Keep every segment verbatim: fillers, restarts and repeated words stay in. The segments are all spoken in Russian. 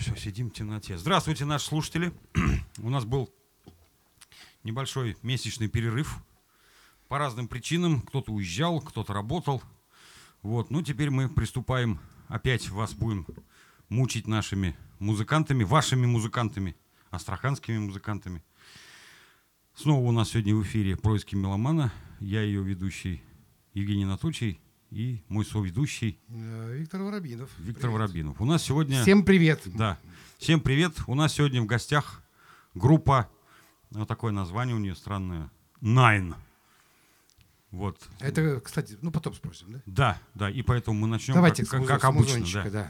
Все, сидим в темноте. Здравствуйте, наши слушатели. У нас был небольшой месячный перерыв. По разным причинам. Кто-то уезжал, кто-то работал. Вот. Ну, теперь мы приступаем. Опять вас будем мучить нашими музыкантами, вашими музыкантами, астраханскими музыкантами. Снова у нас сегодня в эфире «Происки меломана». Я ее ведущий Евгений Анатольевич и мой соведущий Виктор Воробинов. Виктор привет. Воробинов. У нас сегодня... Всем привет. Да. Всем привет. У нас сегодня в гостях группа, вот такое название у нее странное, Nine. Вот. Это, кстати, ну потом спросим, да? Да, да, и поэтому мы начнем Давайте как, с, как, как с обычно. Да. Да.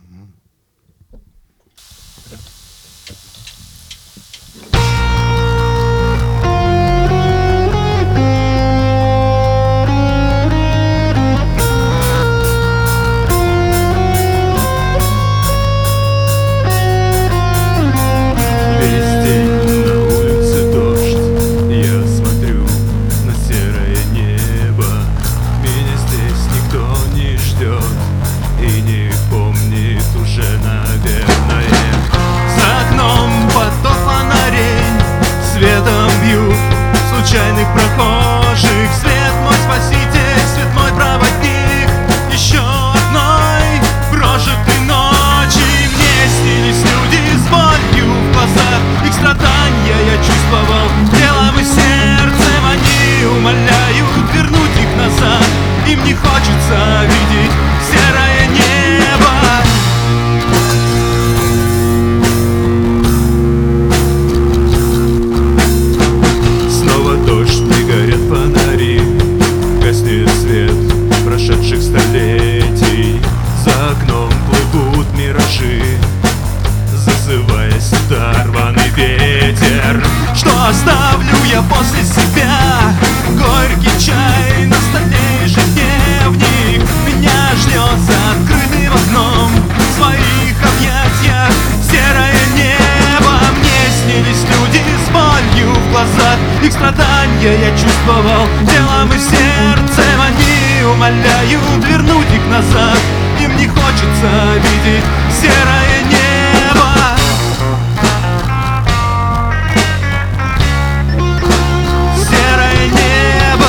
Случайных прохожих. Свет мой спаситель, свет мой проводник. Еще одной прожитой ночи. Мне снились люди с болью в глазах. Их страдания я чувствовал телом и сердцем. Они умоляют вернуть их назад. Им не хочется видеть серое небо. Горят фонари, гаснет свет прошедших столетий. За окном плывут миражи, зазывая сюда рваный ветер. Что оставлю я после себя? Горький чай на столе, ежедневник. Меня ждет за открытым окном в своих объятиях серое небо. Мне снились люди с болью в глазах. Их страдания я чувствовал телом и сердцем. Они умоляют вернуть их назад. Им не хочется видеть серое небо. Серое небо.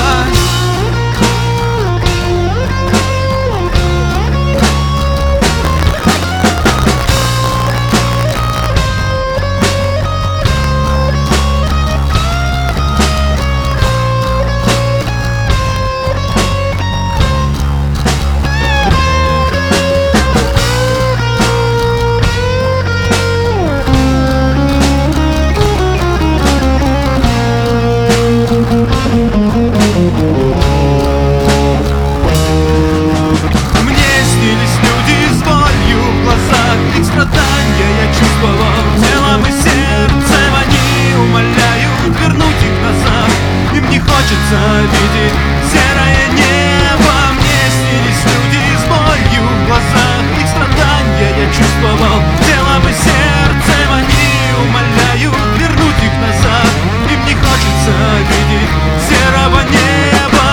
Видеть серое небо. Мне снились люди с болью в глазах. Их страдания я чувствовал телом и сердцем. Они умоляют вернуть их назад. Им не хочется видеть серого неба.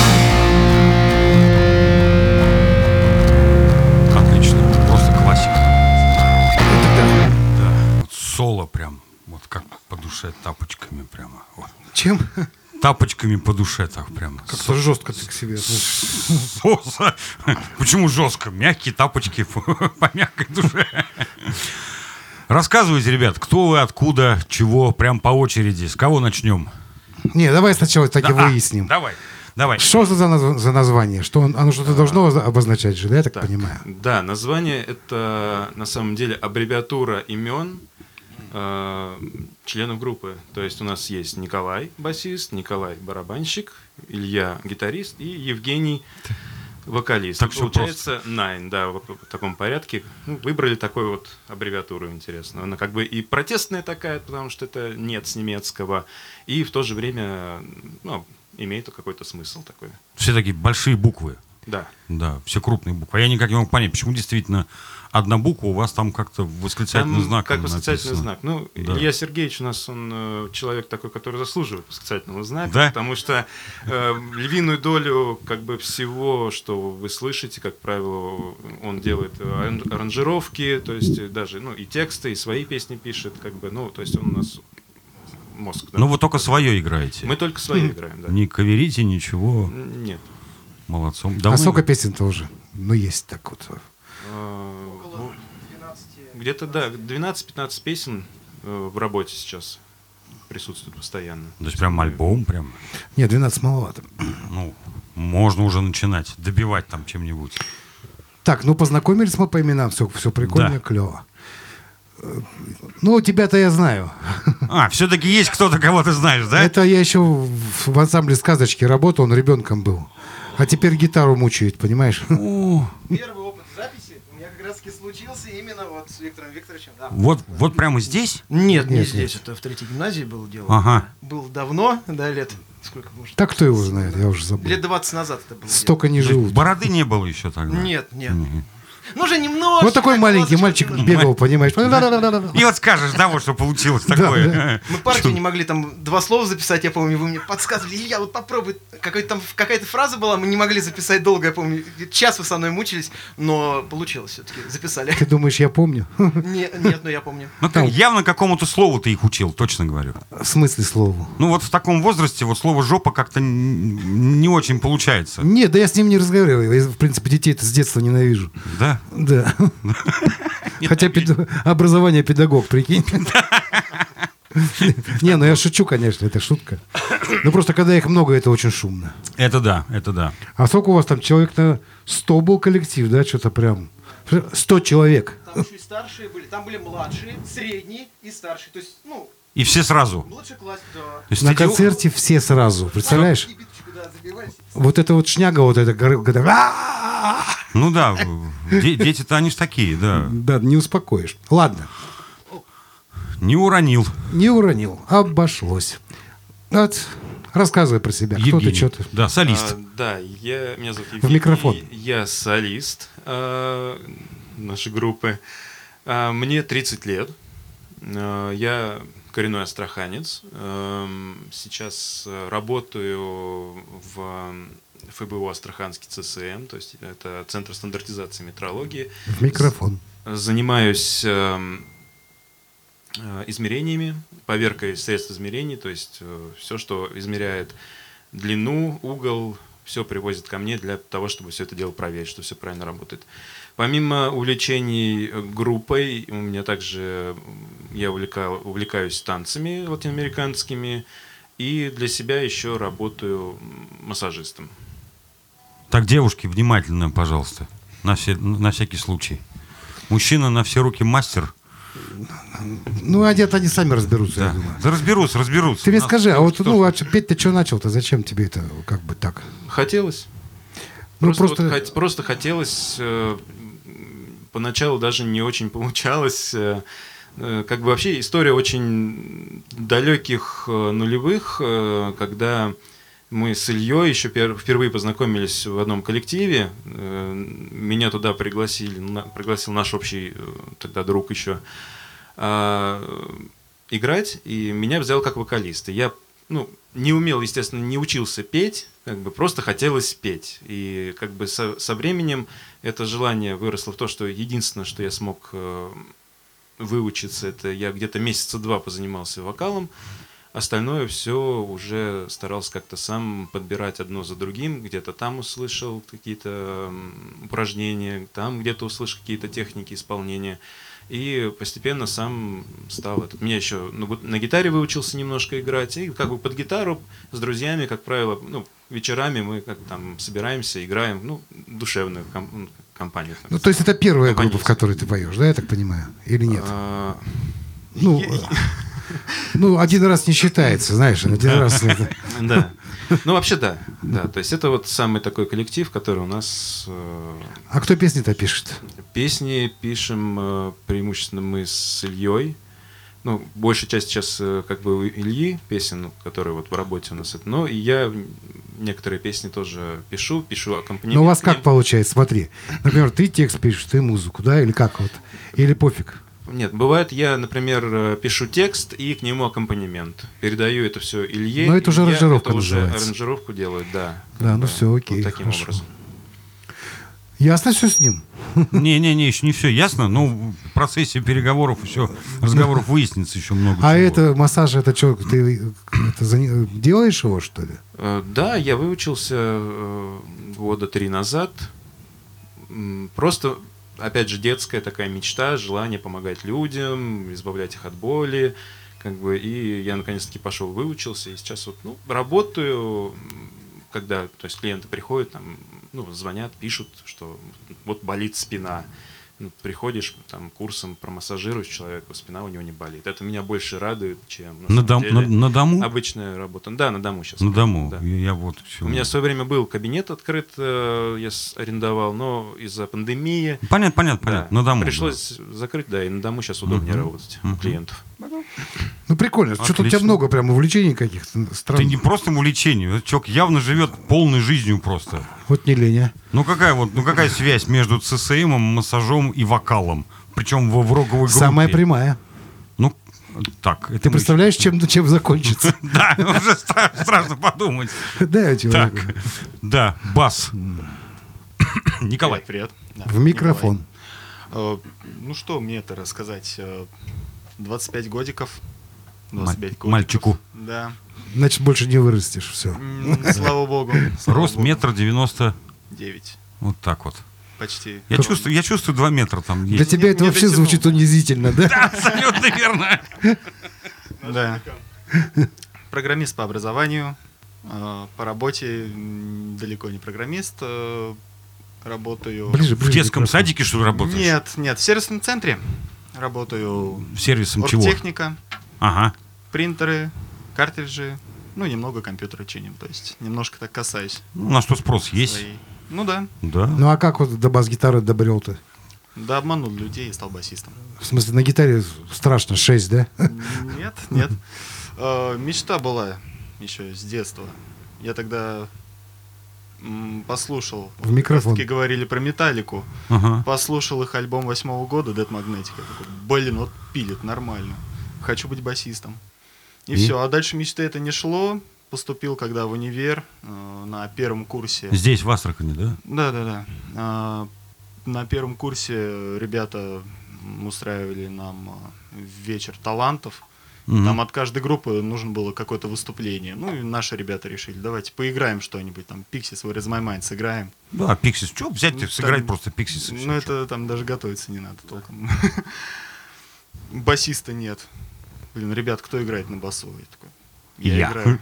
Отлично, просто классика. Да. Да. Вот соло прям, вот как по душе, тапочками прямо. Вот. Чем? Тапочками по душе так прямо. Как-то жестко ты к себе. Почему жестко? Мягкие тапочки по мягкой душе. Рассказывайте, ребят, кто вы, откуда, чего, прям по очереди. С кого начнем? Не, давай сначала таки Да, выясним. А, давай, давай. Что за, наз- за название? Что он, оно что-то должно обозначать же, да, я так, Так, понимаю? Да, название — это на самом деле аббревиатура имен э, членов группы. То есть у нас есть Николай басист, Николай барабанщик, Илья гитарист и Евгений вокалист. Так всё Получается Nine, да, в, в таком порядке. Ну, выбрали такую вот аббревиатуру интересную. Она как бы и протестная такая, потому что это нет с немецкого, и в то же время, ну, имеет какой-то смысл такой. Все такие большие буквы. Да. Да, все крупные буквы. А я никак не мог понять, почему действительно одна буква у вас там как-то восклицательный Там знак. как восклицательный написано. знак. Ну, Да. Илья Сергеевич у нас, он э, человек такой, который заслуживает восклицательного знака, Да? потому что э, львиную долю как бы всего, что вы слышите, как правило, он делает аран- аранжировки, то есть даже, ну, и тексты, и свои песни пишет, как бы, ну, то есть он у нас мозг. Да. Ну вы только свое играете. Мы только свои играем, да. Не каверите ничего. Нет. Молодцом. А Давно- сколько песен-то уже? Ну, есть так вот. Э, ну, где-то, да, двенадцать-пятнадцать песен э, в работе сейчас присутствуют постоянно. То есть прям альбом, прям, Нет, двенадцать маловато. ну, можно уже начинать, добивать там чем-нибудь. Так, ну познакомились мы по именам, все, все прикольно, Да. клево. Э, Ну, тебя-то я знаю. А, все-таки есть кто-то, кого ты знаешь, да? Это я еще в, в ансамбле сказочки работал, он ребенком был. А теперь гитару мучает, понимаешь? О, Первый опыт записи у меня как раз таки случился именно вот с Виктором Викторовичем. Да. вот, вот прямо здесь? Нет, не Нет, здесь, это в третьей гимназии было дело. Ага. Был давно, да, лет, сколько может? Так кто его знает, я уже забыл. Лет двадцать назад это было. Столько не То есть живут. бороды не было еще тогда? дело. Нет, нет. Мгм. Ну, уже немножко. Вот такой как маленький ласточка мальчик немножко. бегал, понимаешь? И вот скажешь, да, вот что получилось такое. Мы партию не могли там два слова записать, я помню, вы мне подсказывали, Илья, вот попробуй. Какой-то там какая-то фраза была, мы не могли записать долго, я помню. Час вы со мной мучились, но получилось все-таки, записали. Ты думаешь, я помню? Не- Нет, но я помню. Ну, ты явно какому-то слову ты их учил, точно говорю. В смысле слову? Ну, вот в таком возрасте вот слово «жопа» как-то н- не очень получается. Нет, да я с ним не разговаривал. Я, в принципе, детей-то с детства ненавижу. Да? Да. Хотя пед- образование педагог, прикинь. Не, ну я шучу, конечно, это шутка. Но просто когда их много, это очень шумно. Это да, это да. А сколько у вас там человек на сто был коллектив, да, что-то прям? Сто человек. Там еще и старшие были, там были младшие, средние и старшие. То есть, ну, И все сразу. младший класс, да. То есть На эти- концерте все сразу, представляешь? И биточку, да, забивались. Вот это вот шняга, вот это, гор- когда... «А-а-а!» Ну да, де- дети-то они ж такие, да. Да, не успокоишь. Ладно, Не уронил. не уронил, обошлось. Вот, рассказывай про себя, кто ты, Евгений. что ты. Да, солист. А, да, я, меня зовут Евгений. микрофон. Я солист а, нашей группы. А, мне тридцать лет. А, я коренной астраханец. А, сейчас работаю в ФБУ Астраханский ЦСМ, то есть это Центр стандартизации метрологии. В микрофон. Занимаюсь э, э, измерениями, поверкой средств измерений, то есть все, что измеряет длину, угол, все привозит ко мне для того, чтобы все это дело проверить, что все правильно работает. Помимо увлечений группой, у меня также я увлекал, увлекаюсь танцами латиноамериканскими и для себя еще работаю массажистом. Так, девушки, внимательно, пожалуйста. На, все, на всякий случай. Мужчина на все руки мастер. Ну, а где-то они сами разберутся, я Да, думаю. да разберутся, разберутся. Ты мне Нас- скажи, а вот, что ну, ж, а чё- петь-то что начал-то? Зачем тебе это как бы так? Хотелось. Ну, Просто, просто- вот хот- просто хотелось. э, Поначалу даже не очень получалось. э, э, Как бы вообще история очень далеких э, нулевых, э, когда мы с Ильей еще пер- впервые познакомились в одном коллективе. э, Меня туда пригласили, на- пригласил наш общий э, тогда друг еще а, играть, и меня взял как вокалиста. Я, ну, не умел, естественно, не учился петь, как бы просто хотелось петь. И как бы со, со временем это желание выросло в то, что единственное, что я смог э, выучиться, это я где-то месяца два позанимался вокалом, остальное все уже старался как-то сам подбирать одно за другим, где-то там услышал какие-то м, упражнения, там где-то услышал какие-то техники исполнения. И постепенно сам стал этот. Меня еще на, гу- на гитаре выучился немножко играть. И как бы под гитару с друзьями, как правило, ну, вечерами мы как там собираемся, играем, ну, душевную ком- ну, компанию. так Ну, то есть это первая Компания. группа, в которой ты поешь, да, я так понимаю? Или нет? А, Ну, э, ну, один раз не считается, знаешь, один раз... это- Да. Ну, вообще, да. Да. То есть это вот самый такой коллектив, который у нас э, А кто песни-то пишет? песни пишем э, преимущественно мы с Ильей. Ну, большая часть сейчас э, как бы у Ильи песен, ну, которые вот в работе у нас. это. Но и я некоторые песни тоже пишу, пишу аккомпанемент. Ну у вас как им. получается? Смотри, например, ты текст пишешь, ты музыку, да, или как вот? Или пофиг? Нет, бывает, я, например, пишу текст и к нему аккомпанемент. Передаю это все Илье. Но это уже Илья аранжировка это уже называется. аранжировку делает, да. Да, ну Да, все, окей, вот таким хорошо. образом. Ясно все с ним? Не-не-не, еще не все ясно, но в процессе переговоров еще, разговоров выяснится еще много А чего. это массаж, это что, ты это зани- делаешь его, что ли? Э, Да, я выучился э, года три назад. М, Просто, опять же, детская такая мечта, желание помогать людям, избавлять их от боли. Как бы, и я наконец-таки пошел, выучился, и сейчас вот, ну, работаю, м, когда, то есть клиенты приходят, там, ну, звонят, пишут, что вот болит спина. Ну, приходишь, там, курсом промассажируешь человека, спина у него не болит. Это меня больше радует, чем на, На, самом дом- деле на- на дому? обычная работа. Да, на дому сейчас. На дому. Да. Я, я вот всё. У меня в свое время был кабинет открыт, э, я с- арендовал, но из-за пандемии Понятно, понятно, да, понятно. На дому. пришлось закрыть, да, и на дому сейчас удобнее Мгм. работать у Мгм. клиентов. Ну прикольно, что-то у тебя Отлично. много прям увлечений каких-то Да. Это странных. не просто увлечение. Этот человек явно живет полной жизнью просто. Вот не лень, а? Ну какая вот, ну какая связь между ЦСМом, массажом и вокалом? Причем в, в роковой группе. Самая прямая. Ну, так. Это Ты мы представляешь, чем, чем закончится? еще- Да, уже стра- страшно подумать. Да, я тебе Так, говорю. да, бас. Николай. Привет. Да, В микрофон. Николай. Э, Ну что мне это рассказать? Э, двадцать пять годиков. двадцать пять годиков. Мальчику. Да. Значит, больше не вырастешь, все. М, Слава богу. слава Рост богу. метр девяносто. Девять. Вот так вот. Почти. Я чувствую, я чувствую два метра там Для есть. тебя не- это не вообще дотянул. звучит унизительно, да? Абсолютно верно. Да. Программист по образованию. Э, По работе м, далеко не программист. э, Работаю... Ближе, В ближе. детском микрофон. садике, что ли, работаешь? Нет, нет, в сервисном центре. Работаю Сервисом чего? оргтехника, Ага. принтеры, картриджи, ну, немного компьютера чиним, то есть немножко так касаюсь. Ну, на что спрос есть? своей. Ну да, Да. Ну а как вот до бас-гитары добрел-то? да обманул людей и стал басистом. В смысле, на гитаре страшно, шесть, да? Нет, нет. Э, Мечта была еще с детства. Я тогда м, послушал, В микрофон. как говорили про Металлику, Ага. послушал их альбом восьмого года Dead Magnetic. Я такой, блин, вот пилит нормально. Хочу быть басистом. И, И? все. А дальше мечты это не шло. Поступил, когда в универ э, на первом курсе. Здесь, в Астрахани, да? Да, да, да. А, на первом курсе ребята устраивали нам а, вечер талантов. Мгм. Там от каждой группы нужно было какое-то выступление. Ну и наши ребята решили, давайте поиграем что-нибудь, там, Pixies, Where is my mind, сыграем. Да, Пиксис. Что взять, Ну, сыграть там- просто Пиксис? и всё. Ну это там даже готовиться не надо толком. Басиста нет. Блин, ребят, кто играет на басу? Я такой, я, Я. играю.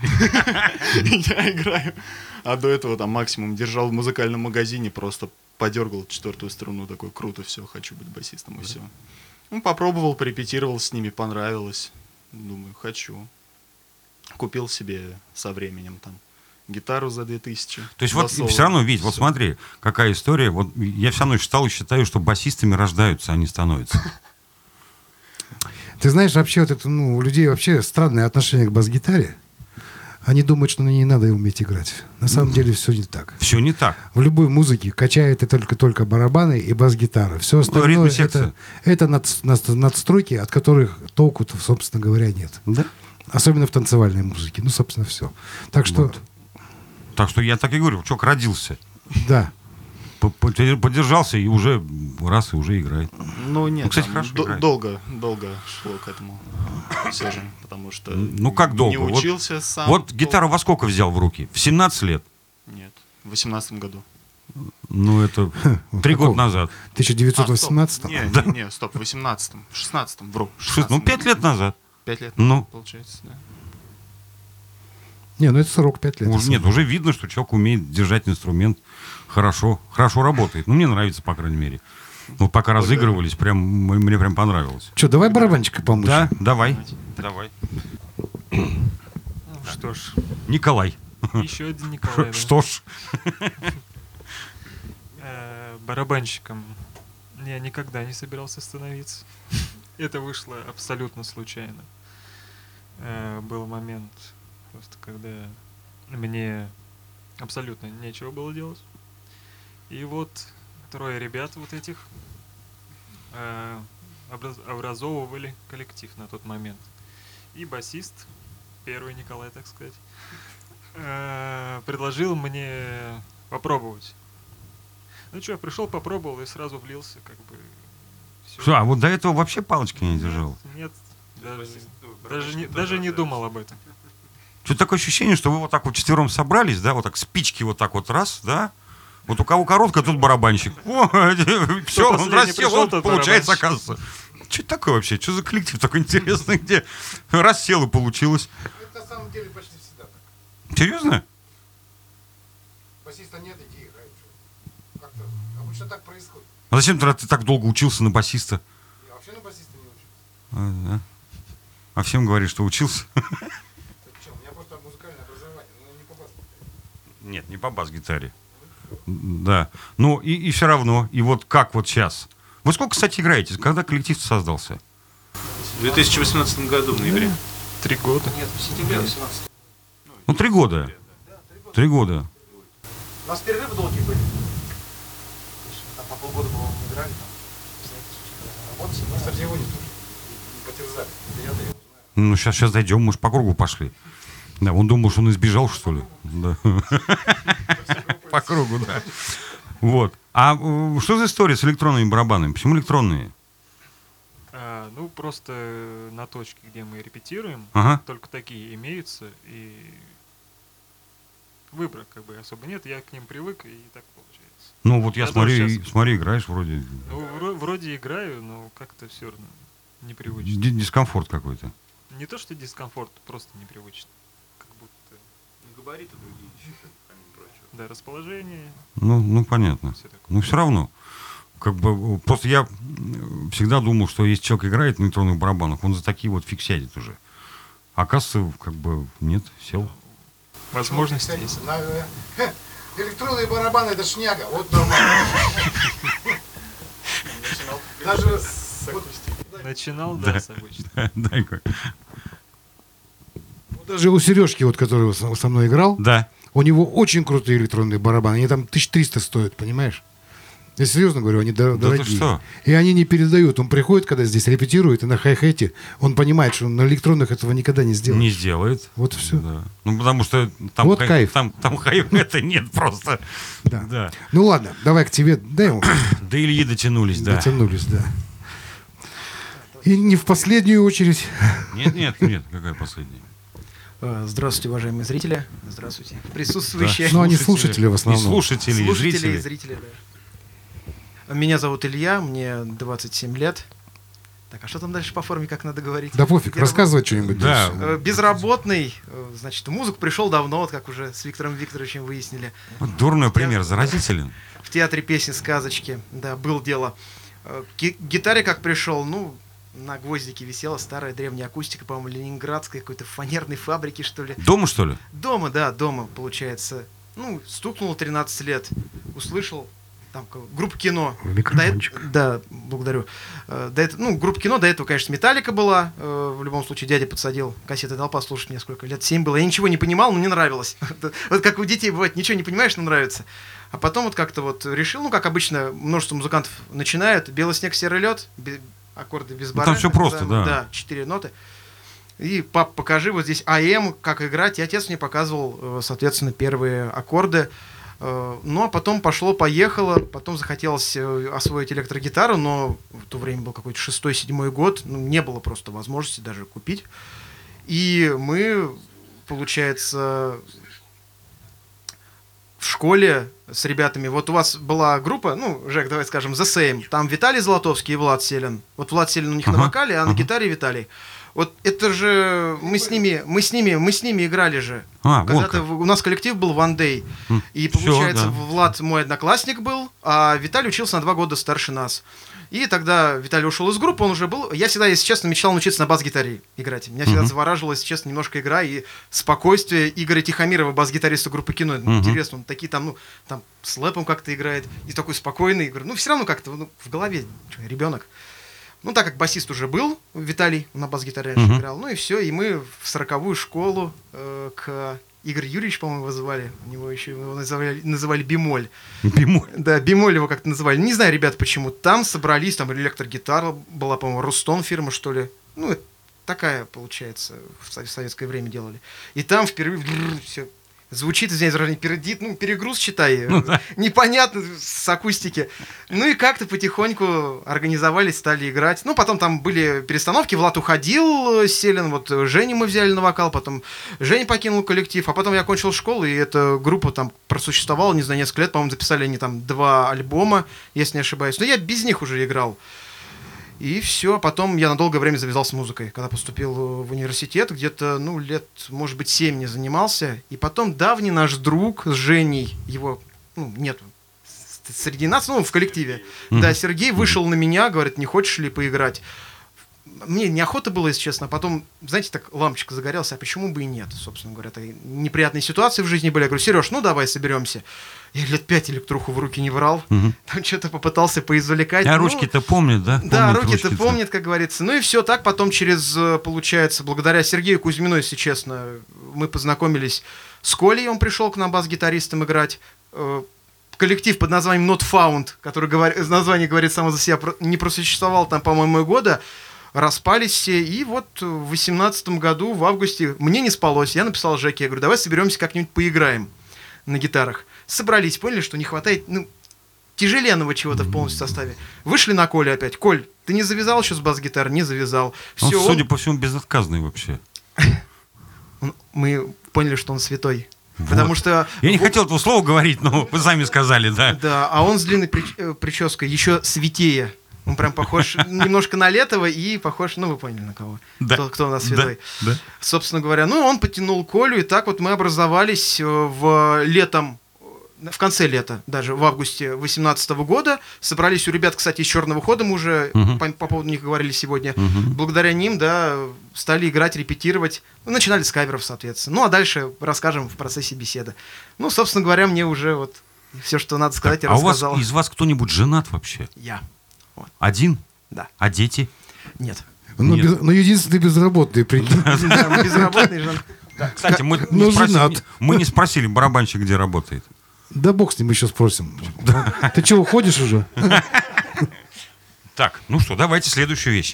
Я играю. А до этого там максимум держал в музыкальном магазине, просто подергал четвертую струну, такой, круто, все, хочу быть басистом, и все. Ну, попробовал, порепетировал с ними, понравилось. Думаю, хочу. Купил себе со временем там гитару за две тысячи. То есть вот басовую. все равно, Вить, вот Всё. смотри, какая история. Вот я все равно считал и считаю, что басистами рождаются, а не становятся. Ты знаешь, вообще вот это, ну, у людей вообще странное отношение к бас-гитаре. Они думают, что на ней надо уметь играть. На самом деле все не так. Все не так. В любой музыке качает это только, только барабаны и бас-гитара. Все остальное ритм-секция. это, это над, над- надстройки, от которых толку, собственно говоря, нет. Да? Особенно в танцевальной музыке. Ну, собственно, все. Так что, Вот. Так что я так и говорю, человек родился, да. по- по- подержался и уже раз и уже играет. Ну, нет, Ну, кстати, там хорошо до- играет. долго, долго шло к этому все же, потому что Ну как долго? не Вот- учился сам. Вот долго. гитару во сколько взял в руки? В семнадцать лет? Нет, в восемнадцатом году. Ну это В три каком? года назад. В тысяча девятьсот восемнадцатом? А, стоп. Не, не, не, стоп, в восемнадцатом, в шестнадцатом, вру. в Шест- Ну шестнадцатом пять году. лет назад. Пять лет, Ну. получается, да. Не, ну это сорок пять лет. Уже, нет, уже видно, что человек умеет держать инструмент хорошо, хорошо работает. Ну, мне нравится, по крайней мере. Вот пока разыгрывались, прям, м- мне прям понравилось. Что, давай барабанчика помочь? Да, давай, давай. Что ж, Николай. еще один Николай. да. Что ж, Э, Барабанщиком я никогда не собирался становиться. Это вышло абсолютно случайно. Э, Был момент, просто когда мне абсолютно нечего было делать. И вот трое ребят вот этих э, образ- образовывали коллектив на тот момент. И басист, первый Николай, так сказать, э, предложил мне попробовать. Ну что, я пришел, попробовал и сразу влился, как бы. Всё. Что, а вот до этого вообще палочки не держал? Нет, даже, даже, не, даже не думал об этом. Что-то такое ощущение, что вы вот так вот четвером собрались, да, вот так спички вот так вот раз, да? Вот у кого короткая, тут барабанщик. О, все, он последний рассел, пришел, он, тот получается, барабанщик. оказывается. Что это такое вообще? Что за коллектив такой интересный, где рассел и получилось? Это на самом деле почти всегда так. Серьезно? Басиста нет, иди играй. Как-то обычно так происходит. А зачем тогда ты так долго учился на басиста? Я вообще на басиста не учился. А, да. А всем говоришь, что учился? Так что, у меня просто музыкальное образование, но не по басу. Нет, не по бас-гитаре. Да. Ну, и, и все равно. И вот как вот сейчас? Вы сколько, кстати, играете? Когда коллектив создался? В две тысячи восемнадцатом году, в ноябре. Три года. Нет, в сентябре восемнадцатого. Ну, три года. Три года. У нас перерывы долгие были. То есть мы там по полгода, по-моему, играли. Там, Вот, ну, кстати, его не тоже. Не потерзали. Это я-то его знаю. Ну, сейчас, сейчас дойдем, мы же по кругу пошли. Да, он думал, что он избежал, что ли? Да. По кругу, да. Вот. А э, что за история с электронными барабанами? Почему электронные? А, ну, просто на точке, где мы репетируем, Ага. только такие имеются, и выбора как бы особо нет, я к ним привык, и так получается. Ну, вот я, Я смотрю, тоже и- щас- смотри, играешь вроде. Ну, вро- вроде играю, но как-то все равно непривычно. Ди- Дискомфорт какой-то. Не то, что дискомфорт, просто непривычно. Как будто, Габариты другие еще, помимо прочего. да, расположение, Ну, ну понятно. все такое. Но все равно. Как бы, э, просто я м, всегда думал, что если человек играет на электронных барабанах, он за такие вот фиг сядет уже. А оказывается, как бы нет, сел. Возможности есть. На, э, хе, электронные барабаны — это шняга. Вот нормально. Даже вот, Начинал, Да. да, с обычно. Дай-ка. даже у Сережки, вот, который со со мной играл, Да. у него очень крутые электронные барабаны. Они там тысяча триста стоят, понимаешь? Я серьезно говорю, они дор- Да ты дорогие. что? И они не передают. Он приходит, когда здесь репетирует, и на хай-хете он понимает, что он на электронных этого никогда не сделает. Не сделает. Вот всё. Да. Ну, потому что там, Вот хай- кайф. там, там хай-хета нет просто. Да. Да. Ну ладно, давай к тебе. Дай ему. До Ильи дотянулись, да. Дотянулись, да. И не в последнюю очередь. Нет, нет, нет, какая последняя? Э, Здравствуйте, уважаемые зрители. Здравствуйте, присутствующие. Ну, они слушатели в основном. И слушатели, и Слушатели зрители. и зрители, да. Меня зовут Илья, мне двадцать семь лет. Так, а что там дальше по форме, как надо говорить? Да пофиг, Я рассказывай что-нибудь. Да. дальше. Э, Безработный, э, значит, в музыку пришел давно, вот как уже с Виктором Викторовичем выяснили. Вот дурной пример, заразителен. В театре песни сказочки, да, был дело. Э, К ги- гитаре как пришел, ну, на гвоздике висела старая древняя акустика, по-моему, ленинградской какой-то фанерной фабрики, что ли. Дома, что ли? Дома, да, дома, получается. Ну, стукнуло тринадцать лет, услышал, там, ка- группа кино. В микрофончик. До эт- Да, благодарю. Э, До этого, ну, группа кино, до этого, конечно, Металлика была. э, В любом случае, дядя подсадил кассеты, дал послушать мне сколько, лет семь было. Я ничего не понимал, но мне нравилось. Вот как у детей бывает, ничего не понимаешь, но нравится. А потом вот как-то вот решил, ну, как обычно, множество музыкантов начинают. Белый снег, серый лед, бе- аккорды без Ну, бара. там всё просто, да. Да, четыре ноты. И, пап, покажи вот здесь АМ, как играть. И отец мне показывал, э, соответственно, первые аккорды. Э, Ну, а потом пошло-поехало. Потом захотелось э, освоить электрогитару, но в то время был какой-то шестой-седьмой год. Ну, не было просто возможности даже купить. И мы, получается, в школе с ребятами. Вот у вас была группа, ну, Жек, давай скажем, The Same. Там Виталий Золотовский и Влад Селин. Вот Влад Селин у них на Ага, вокале, а на ага. гитаре Виталий. Вот это же мы с ними, мы с ними, мы с ними играли же. А, вот Когда-то как. в- у нас коллектив был One Day. М, И всё, получается, да. Влад мой одноклассник был, а Виталий учился на два года старше нас. И тогда Виталий ушел из группы, он уже был. Я всегда, если честно, мечтал научиться на бас-гитаре играть. Меня всегда Мгм. завораживала, если честно, немножко игра и спокойствие Игоря Тихомирова, бас-гитариста группы кино. Мгм. Интересно, он такие там, ну, там с лэпом как-то играет, и такой спокойный. Говорю, ну, все равно как-то ну, в голове ребенок. Ну, так как басист уже был, Виталий на бас-гитаре раньше Мгм. играл, ну и все, и мы в сороковую школу э, к Игорь Юрьевич, по-моему, его звали. У него еще его называли, называли Бемоль. Бемоль. Да, Бемоль его как-то называли. Не знаю, ребят, почему. Там собрались, там электрогитара была, по-моему, Рустон фирма, что ли. Ну, такая, получается, в советское время делали. И там впервые все звучит, извиняюсь, заранее, передит, ну, перегруз, считай, Ну да. непонятно с акустики. Ну и как-то потихоньку организовались, стали играть. Ну, потом там были перестановки, Влад уходил, Селин, вот Женю мы взяли на вокал, потом Женя покинул коллектив, а потом я окончил школу, и эта группа там просуществовала, не знаю, несколько лет, по-моему, записали они там два альбома, если не ошибаюсь. Но я без них уже играл. И все, потом я на долгое время завязался с музыкой, когда поступил в университет, где-то, ну, лет, может быть, семь не занимался. И потом давний наш друг с Женей, его, ну, нету среди нас, ну, в коллективе. Mm-hmm. Да, Сергей вышел на меня, говорит, не хочешь ли поиграть? Мне неохота было, если честно. А потом, знаете, так лампочка загорелась, а почему бы и нет, собственно говоря. Это неприятные ситуации в жизни были. Я говорю, Сереж, ну давай соберемся. Я лет пять электруху в руки не брал. Угу. Там что-то попытался поизвлекать. А ну, ручки-то помнят, да? Да, помнят руки-то ручки-то. помнят, как говорится. Ну и все так. Потом через, получается, благодаря Сергею Кузьмину, если честно, мы познакомились с Колей. Он пришел к нам бас-гитаристом играть. Коллектив под названием Not Found, который говор... название говорит само за себя, не просуществовал там, по-моему, и года. Распались все, и вот в восемнадцатом году, в августе, мне не спалось, я написал Жеке, я говорю, давай соберемся как-нибудь поиграем на гитарах. Собрались, поняли, что не хватает, ну, тяжеленного чего-то в полностью составе. Вышли на Коле опять. Коль, ты не завязал еще с бас-гитар? Не завязал. Он, Все, судя он... по всему, безотказный вообще. Он... Мы поняли, что он святой. Вот. Потому что... Я не хотел этого слова говорить, но вы сами сказали, да. Да, а он с длинной прич... прической еще святее. Он прям похож немножко на Летова и похож, ну, вы поняли, на кого. Да. Кто, кто у нас святой. Да. Да. Собственно говоря, ну, он потянул Колю, и так вот мы образовались в летом, в конце лета, даже в августе восемнадцатого года. Собрались у ребят, кстати, из «Черного хода», мы уже uh-huh. по, по поводу них говорили сегодня. Uh-huh. Благодаря ним, да, стали играть, репетировать. Ну, начинали с каверов, соответственно. Ну, а дальше расскажем в процессе беседы. Ну, собственно говоря, мне уже вот все, что надо сказать, я а рассказал. у вас, из вас кто-нибудь женат вообще? Я. Один? Да. А дети? Нет. Ну, Нет. без, ну, единственный безработный, прикинь. Да, мы безработные же. Кстати, мы Ну, не, спросили, женат. мы не спросили барабанщик, где работает. Да бог с ним еще спросим. Ты что, уходишь уже? Так, ну что, давайте следующую вещь.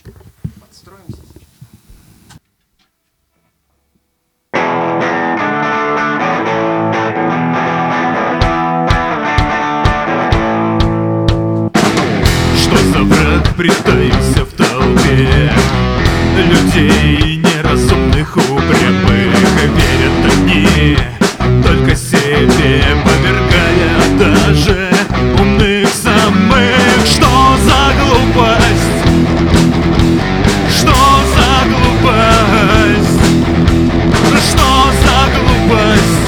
Что за враг притаился в толпе людей неразумных, упрямых? Верят они только себе, повергая даже умных самых. Что за глупость? Что за глупость? Что за глупость?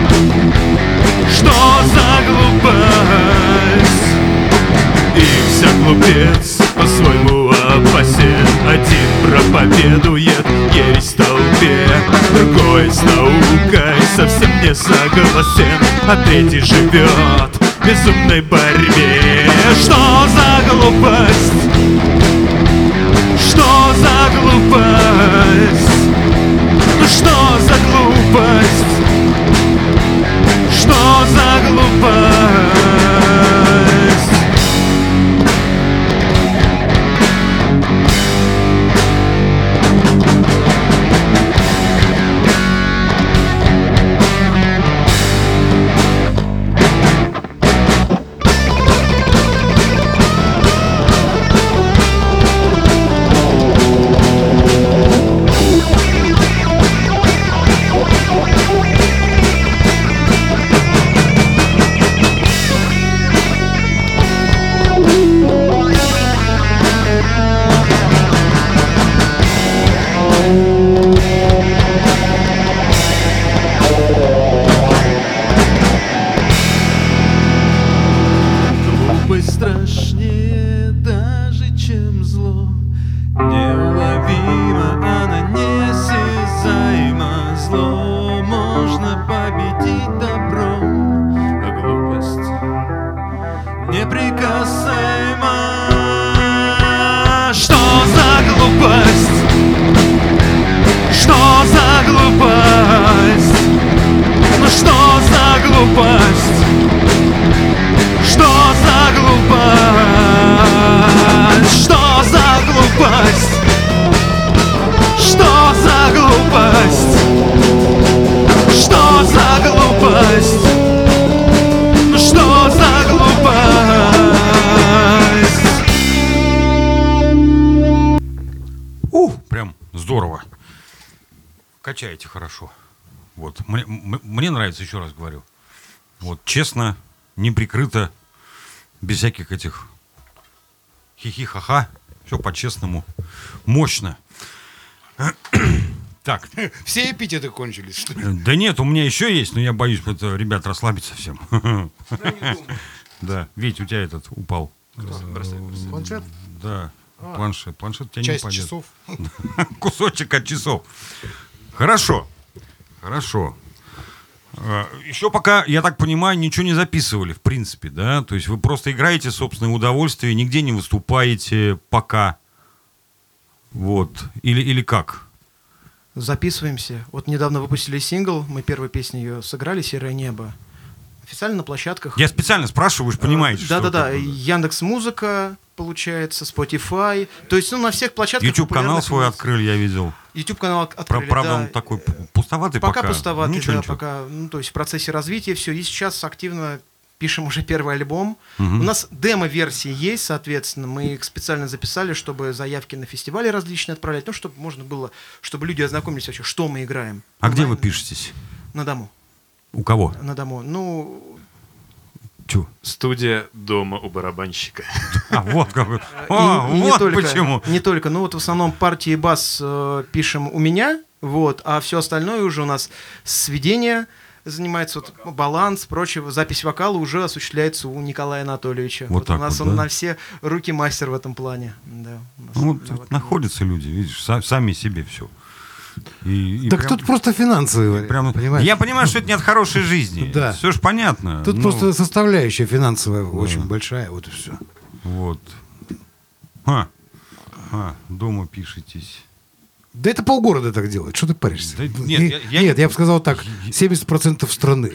Что за глупость? И вся глупец по-своему опасен. Один проповедует ересь в толпе, другой с наукой совсем не согласен, а третий живет в безумной борьбе. Что за глупость? Что за глупость? Что за глупость? Что за глупость? Что за глупость? Что за глупость? Что за глупость? У, прям здорово. Качаете хорошо. Вот. Мне, м- мне нравится, еще раз говорю. Вот, честно, неприкрыто, без всяких этих хихи-ха-ха. Все по-честному. Мощно. Так. Все эпитеты кончились, что ли? Да нет, у меня еще есть, но я боюсь, это, ребят, расслабиться всем. Да, Вить, у тебя этот упал. Планшет? Да, планшет. Планшет у тебя не Часть упадет. часов. Кусочек от часов. Хорошо. Хорошо. Еще пока, я так понимаю, ничего не записывали, в принципе, да? То есть вы просто играете собственное удовольствие, нигде не выступаете пока. Вот. Или, или как? Записываемся. Вот недавно выпустили сингл, мы первой песней ее сыграли, «Серое небо». Официально на площадках. Я специально спрашиваю, вы же понимаете, что... Да-да-да, это- Яндекс.Музыка, получается, Spotify. То есть, ну, на всех площадках. YouTube-канал популярных свой у нас. открыли, я видел. YouTube-канал от- Про- открыли, Правда, да. он такой пустоватый пока. Пока пустоватый, Ничего, да, ничего. пока, ну, то есть в процессе развития все. И сейчас активно пишем уже первый альбом. Мгм. У нас демо-версии есть, соответственно, мы их специально записали, чтобы заявки на фестивали различные отправлять, ну, чтобы можно было, чтобы люди ознакомились вообще, что мы играем. А где вы Онлайн. пишетесь? На дому. У кого? На дому. Ну, Чё? Студия дома у барабанщика. А, вот какой. и- А, и не вот только, почему. Не только. Ну, вот в основном партии бас э, пишем у меня, вот, а все остальное уже у нас сведение занимается, вот, баланс, прочее, запись вокала уже осуществляется у Николая Анатольевича. Вот так у нас вот, он да? на все руки мастер в этом плане. Да, у нас, Ну, вот да, в этом- находятся люди, видишь, са- сами себе все. И, и Так прям- тут просто финансовые, прям- понимаешь? Я понимаю, что это не от хорошей жизни. Да. Все же понятно. Тут Ну, просто составляющая финансовая очень большая, вот и все. Вот. А, а, дома пишетесь. Да это полгорода так делает, что ты паришься? Да нет, И- я- я- нет, я бы сказал так, семьдесят процентов страны.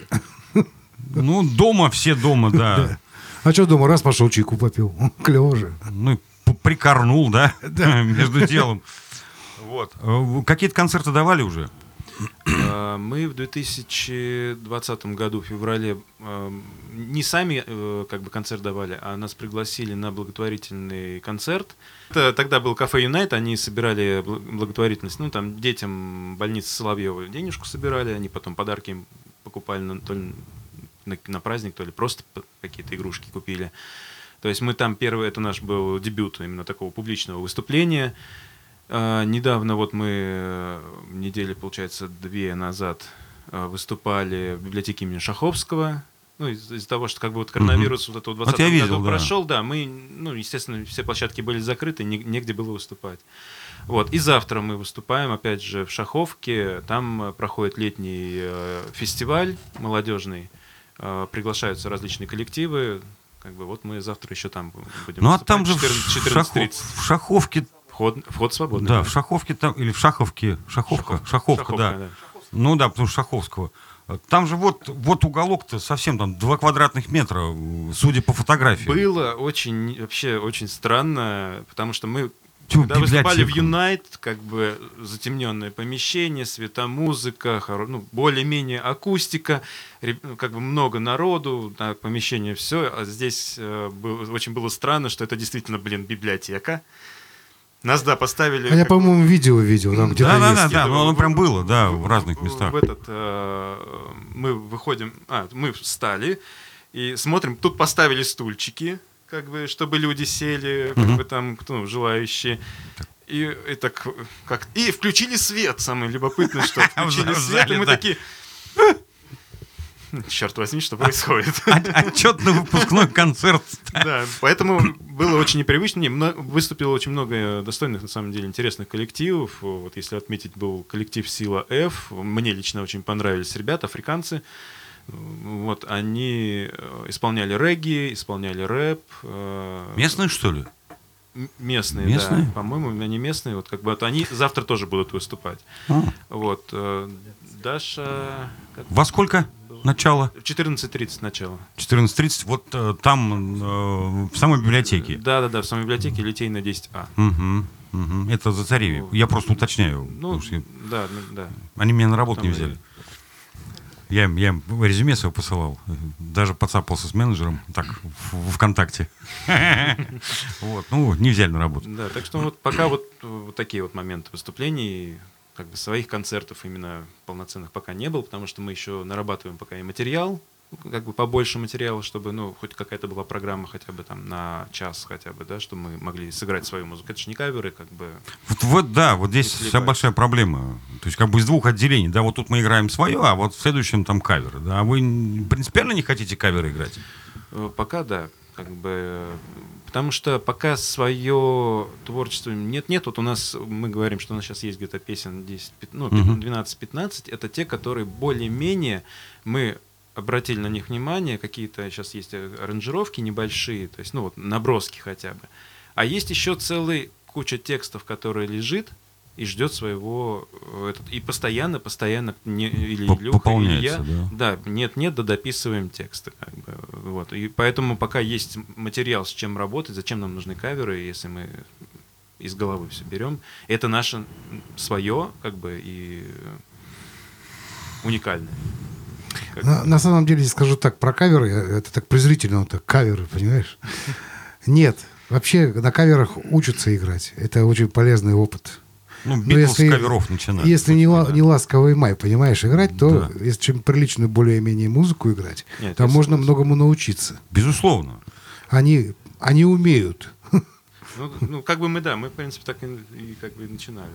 Ну, дома все дома, да. А что дома, раз пошел чайку попил, клево же. Ну, и п- прикорнул, да, между делом. Вот. Э, вы Какие-то концерты давали уже? А, Мы в две тысячи двадцатом году, в феврале, э, не сами э, как бы концерт давали, а нас пригласили на благотворительный концерт. Это тогда был кафе «Юнайт», они собирали бл- благотворительность, ну, там, детям больницы Соловьева денежку собирали, они потом подарки им покупали на, то ли на, на праздник, то ли просто п- какие-то игрушки купили. То есть мы там первый, это наш был дебют именно такого публичного выступления. А, недавно вот мы э, недели, получается, две назад э, выступали в библиотеке имени Шаховского. Ну, из- из-за того, что как бы вот коронавирус вот это в Вот я двадцатом видел, году да. прошел, да, мы, ну, естественно, все площадки были закрыты, не- негде было выступать. Вот. И завтра мы выступаем, опять же, в Шаховке. Там э, проходит летний э, фестиваль молодежный. Э, приглашаются различные коллективы. Как бы вот мы завтра еще там будем Ну, а выступать. там же в, четырнадцать Шахо- четырнадцать тридцать. в Шаховке, Вход, вход свободный. да, в Шаховке там, или в Шаховке, Шаховка, Шаховка, да. Ну да, потому что Шаховского. Там же вот, вот уголок-то совсем там два квадратных метра, э, судя по фотографии. Было очень, вообще очень странно, потому что мы Тьфу, когда выступали в библиотека. Юнайт, как бы затемненное помещение, светомузыка, хоро- ну, более-менее акустика, ре- ну, как бы много народу, да, помещение все, а здесь э, был- очень было странно, что это действительно, блин, библиотека. Нас, да, поставили... А я, как- по-моему, видео видел, там где-то Да, да, есть. да, да, где-то ну, оно в- прям было, да, в- в разных в- местах. В этот, э, мы выходим, а, мы встали и смотрим, тут поставили стульчики, как бы, чтобы люди сели, как Мгм. бы там, кто, ну, желающие. И, и так, как, и включили свет, самое любопытное, что включили В свет, и зале, мы да. такие... Черт возьми, что происходит? Отчетно-выпускной концерт. Да, поэтому было очень непривычно. Не, мно- выступило очень много достойных, на самом деле, интересных коллективов. Вот если отметить, был коллектив «Сила F». Мне лично очень понравились ребята, африканцы. Вот, они э, исполняли регги, исполняли рэп. э, Местные, что ли? м- Местные, Местные? да. По-моему, они местные. Вот как бы вот они завтра тоже будут выступать. А. Вот. э, Даша... как Во сколько начало? В четырнадцать тридцать начало. четырнадцать тридцать, вот э, там, э, в самой библиотеке. Да-да-да, в самой библиотеке Литейная десять А. Мгм. Мгм. Это за царевью. Я просто уточняю. Ну, потому что да, ну, да. они меня на работу Там не и- взяли. Я им, я им резюме свое посылал. Даже подцапался с менеджером. Так, в, в ВКонтакте. Вот. Ну, не взяли на работу. Да, так что вот пока вот, вот такие вот моменты выступлений, как бы своих концертов именно полноценных пока не было, потому что мы еще нарабатываем пока и материал, как бы побольше материала, чтобы, ну, хоть какая-то была программа хотя бы там на час хотя бы, да, чтобы мы могли сыграть свою музыку. Это же не каверы, как бы. Вот, вот да, вот здесь Если вся брать. большая проблема. То есть как бы из двух отделений. Да, вот тут мы играем свое, а вот в следующем там каверы. Да, а вы н- принципиально не хотите каверы играть? Э, Пока да, как бы, э, потому что пока свое творчество нет-нет, вот у нас, мы говорим, что у нас сейчас есть где-то песен десять, пят- ну, Мгм. двенадцать-пятнадцать, это те, которые более-менее мы обратили на них внимание, какие-то сейчас есть э, аранжировки небольшие, то есть, ну вот, наброски хотя бы. А есть еще целый куча текстов, которая лежит и ждет своего, э, этот, и постоянно, постоянно, не, или По- Илюха, или пополняется, я, да. да, нет-нет, да дописываем тексты. Как бы, вот. И поэтому пока есть материал, с чем работать, зачем нам нужны каверы, если мы из головы все берем. Это наше свое, как бы, и уникальное. Как На, бы. на самом деле, скажу так, про каверы, э, это так презрительно, вот так, каверы, понимаешь? Нет, вообще на каверах учатся играть. Это очень полезный опыт. Ну, Ну, Битлз если- с каверов начинают. Если не, ла- Да. не ласковый май, понимаешь, играть, то Да. если чем приличную более-менее музыку играть, Нет, там я можно согласен. многому научиться. Безусловно. Они, они умеют. Ну, ну, как бы мы, да, мы, в принципе, так и, и как бы и начинали.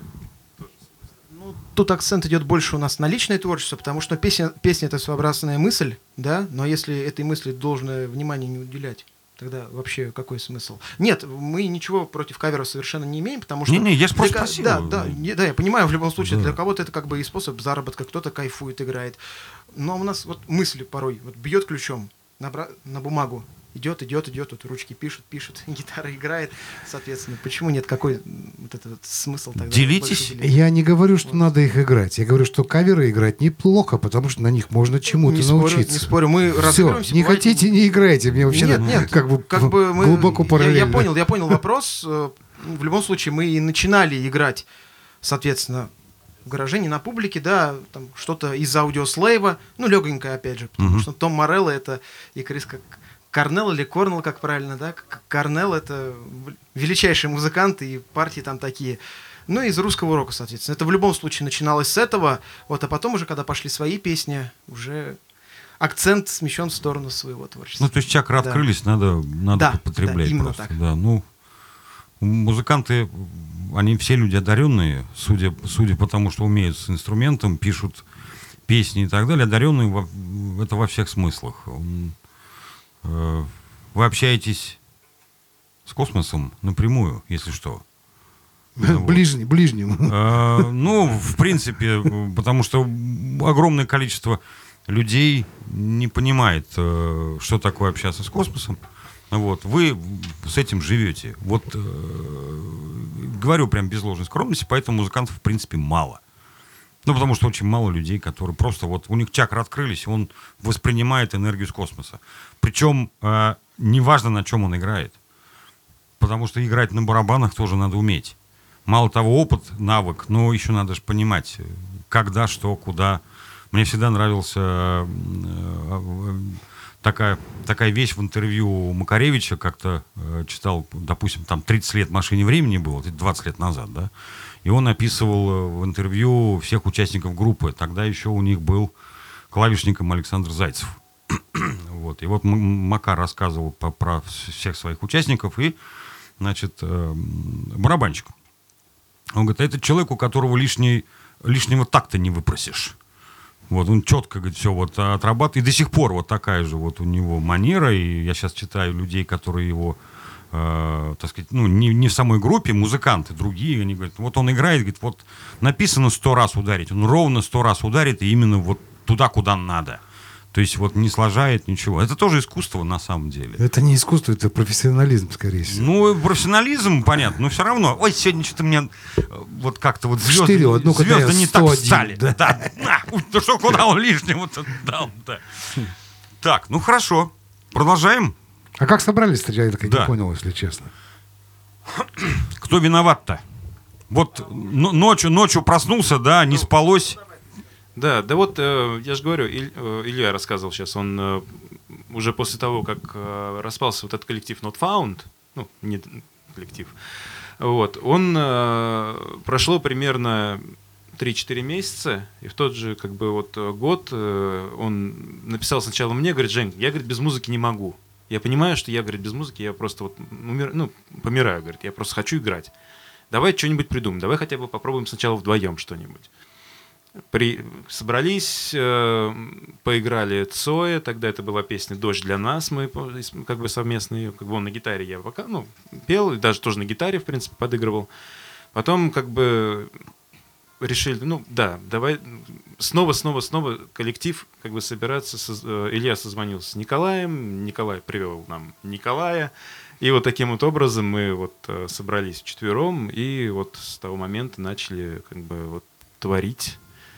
Ну, тут акцент идет больше у нас на личное творчество, потому что песня, песня это своеобразная мысль, да, но если этой мысли должное внимание не уделять, тогда вообще какой смысл? Нет, мы ничего против каверов совершенно не имеем, потому что... Не-не, я ж для просто ка- спросил. Да, да, не- да, я понимаю, в любом случае, Да. для кого-то это как бы и способ заработка, кто-то кайфует, играет. Но у нас вот мысли порой вот бьет ключом на, бра- на бумагу. Идет, идет, идет, вот ручки пишут, пишут, гитара играет, соответственно. Почему нет? Какой м, вот этот вот смысл тогда? Делитесь. больше уделять? Я не говорю, что надо их играть. Я говорю, что каверы играть неплохо, потому что на них можно чему-то не спорю, научиться. не спорю, мы Все, разыгрываемся. не бывает- хотите, не играйте. Мне вообще Нет, на- нет, как бы, как бы мы, глубоко я- параллельно. Я, понял, я понял вопрос. Э, В любом случае, мы и начинали играть, соответственно, в гараже, не на публике, да, там что-то из аудиослейва, ну, легонькое, опять же, потому Мгм. что Том Морелло это и Крис как Корнелл или Корнелл, как правильно, да, К- Корнелл это величайший музыкант, и партии там такие. Ну, и из русского рока, соответственно. Это в любом случае начиналось с этого, вот, а потом уже, когда пошли свои песни, уже акцент смещен в сторону своего творчества. Ну, то есть чакры Да. открылись, надо, надо Да, потреблять да, именно просто. так. Да, ну, музыканты, они все люди одаренные, судя, судя по тому, что умеют с инструментом, пишут песни и так далее. Одаренные во- это во всех смыслах. Он, э, вы общаетесь с космосом напрямую, если что. Вот. Ближний, ближним. Э, Ну, в принципе, э, потому что огромное количество людей не понимает, э, что такое общаться с космосом. Вот, вы с этим живете. Вот, э, говорю прям без ложной скромности, поэтому музыкантов, в принципе, мало. Ну, потому что очень мало людей, которые просто вот, у них чакры открылись, и он воспринимает энергию с космоса. Причем, э, неважно, на чем он играет. Потому что играть на барабанах тоже надо уметь. Мало того, опыт, навык, но еще надо же понимать, э, когда, что, куда. Мне всегда нравился э, э, такая, такая вещь в интервью у Макаревича, как-то э, читал, допустим, там тридцать лет «Машине времени» было, это двадцать лет назад, да, и он описывал э, в интервью всех участников группы. Тогда еще у них был клавишником Александр Зайцев. Вот. И вот М- Макар рассказывал по- про всех своих участников и, значит, э, барабанщик. Он говорит, а это человек, у которого лишний, лишнего такта не выпросишь. Вот, он четко, говорит, все вот отрабатывает. И до сих пор вот такая же вот у него манера. И я сейчас читаю людей, которые его, э, так сказать, ну, не, не в самой группе, музыканты другие, они говорят, вот он играет, говорит, вот написано сто раз ударить, он ровно сто раз ударит, и именно вот туда, куда надо. То есть вот не сложает ничего. Это тоже искусство на самом деле. Это не искусство, это профессионализм, скорее всего. Ну, профессионализм, понятно, но все равно. Ой, сегодня что-то мне э, вот как-то вот звезды, Четыре, одну, когда звезды я не сто так один, встали. да. Да, на, уй, ну что, куда он лишнего-то дал, да. Так, ну хорошо, продолжаем. А как собрались-то, я так и Да. не понял, если честно. Кто виноват-то? Вот но- ночью, ночью проснулся, да, не спалось. Да, да вот э, я же говорю, Иль- э, Илья рассказывал сейчас, он э, уже после того, как э, распался вот этот коллектив Not Found, ну, не коллектив, вот, он э, прошло примерно три-четыре месяца, и в тот же как бы вот год э, он написал сначала мне, говорит: Жень, я, говорит, без музыки не могу. Я понимаю, что я, говорит, без музыки, я просто вот умер, ну, помираю, говорит, я просто хочу играть. Давай что-нибудь придумаем, давай хотя бы попробуем сначала вдвоем что-нибудь. При... Собрались, э, поиграли Цоя, тогда это была песня «Дождь для нас», мы как бы совместно ее, как бы он на гитаре, я пока, ну, пел, и даже тоже на гитаре, в принципе, подыгрывал. Потом как бы решили, ну да, давай снова, снова, снова коллектив как бы собираться. Со... Илья созвонился с Николаем, Николай привел нам Николая, и вот таким вот образом мы вот собрались вчетвером, и вот с того момента начали как бы вот творить.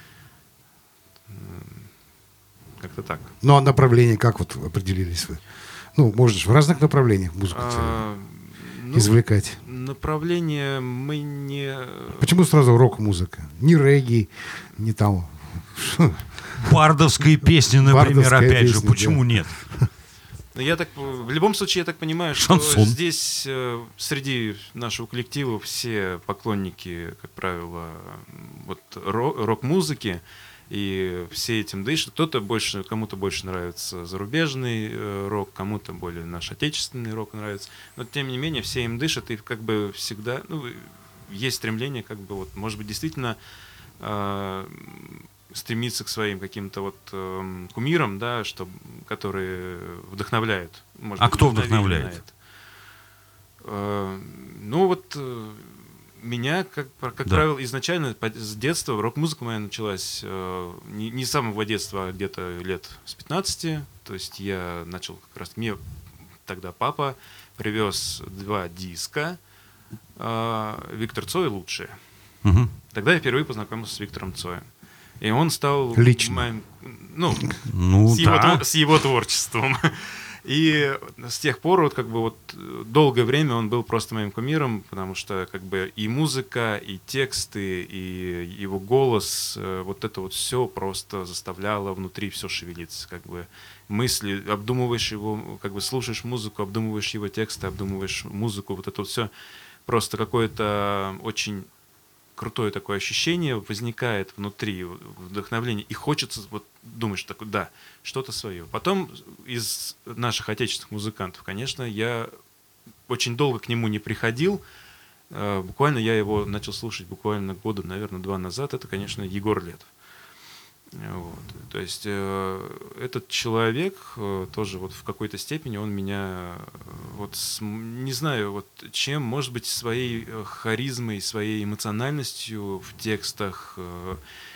Как-то так. Ну, а направление как вот определились вы? Ну, можно же в разных направлениях музыку А, ну, извлекать. направление мы не... Почему сразу рок-музыка? Не регги, не там... Бардовские песни, например, Бардовская опять же, песня, почему да. нет? Ну, Я так, в любом случае, я так понимаю, что Шансон. здесь э, среди нашего коллектива все поклонники, как правило, вот ро- рок-музыки, и все этим дышат. Кто-то больше, кому-то больше нравится зарубежный э, рок, кому-то более наш отечественный рок нравится. Но тем не менее все им дышат, и как бы всегда, ну, есть стремление, как бы вот, может быть, действительно э, стремиться к своим каким-то вот э, кумирам, да, что, которые вдохновляют. Может А быть, кто вдохновили вдохновляет? на это. Э, ну вот э, меня, как, как Да. правило, изначально по- с детства рок-музыка моя началась э, не, не с самого детства, а где-то лет с пятнадцати. То есть я начал как раз... Мне тогда папа привез два диска э, «Виктор Цой» лучшие. Мгм. Тогда я впервые познакомился с Виктором Цоем. И он стал Лично. моим, ну, Ну с, его, да. тво- с его творчеством. И с тех пор вот как бы вот долгое время он был просто моим кумиром, потому что как бы и музыка, и тексты, и его голос, э, вот это вот все просто заставляло внутри все шевелиться, как бы мысли, обдумываешь его, как бы слушаешь музыку, обдумываешь его тексты, обдумываешь музыку, вот это вот все просто какое-то очень крутое такое ощущение возникает внутри, вдохновление, и хочется, вот думаешь, такой, да, что-то свое. Потом из наших отечественных музыкантов, конечно, я очень долго к нему не приходил, Э, буквально я его начал слушать буквально года, наверное, два назад, это, конечно, Егор Летов. Вот. То есть э, этот человек э, тоже вот в какой-то степени он меня э, вот с- не знаю вот чем, может быть, своей э, харизмой, своей эмоциональностью в текстах э,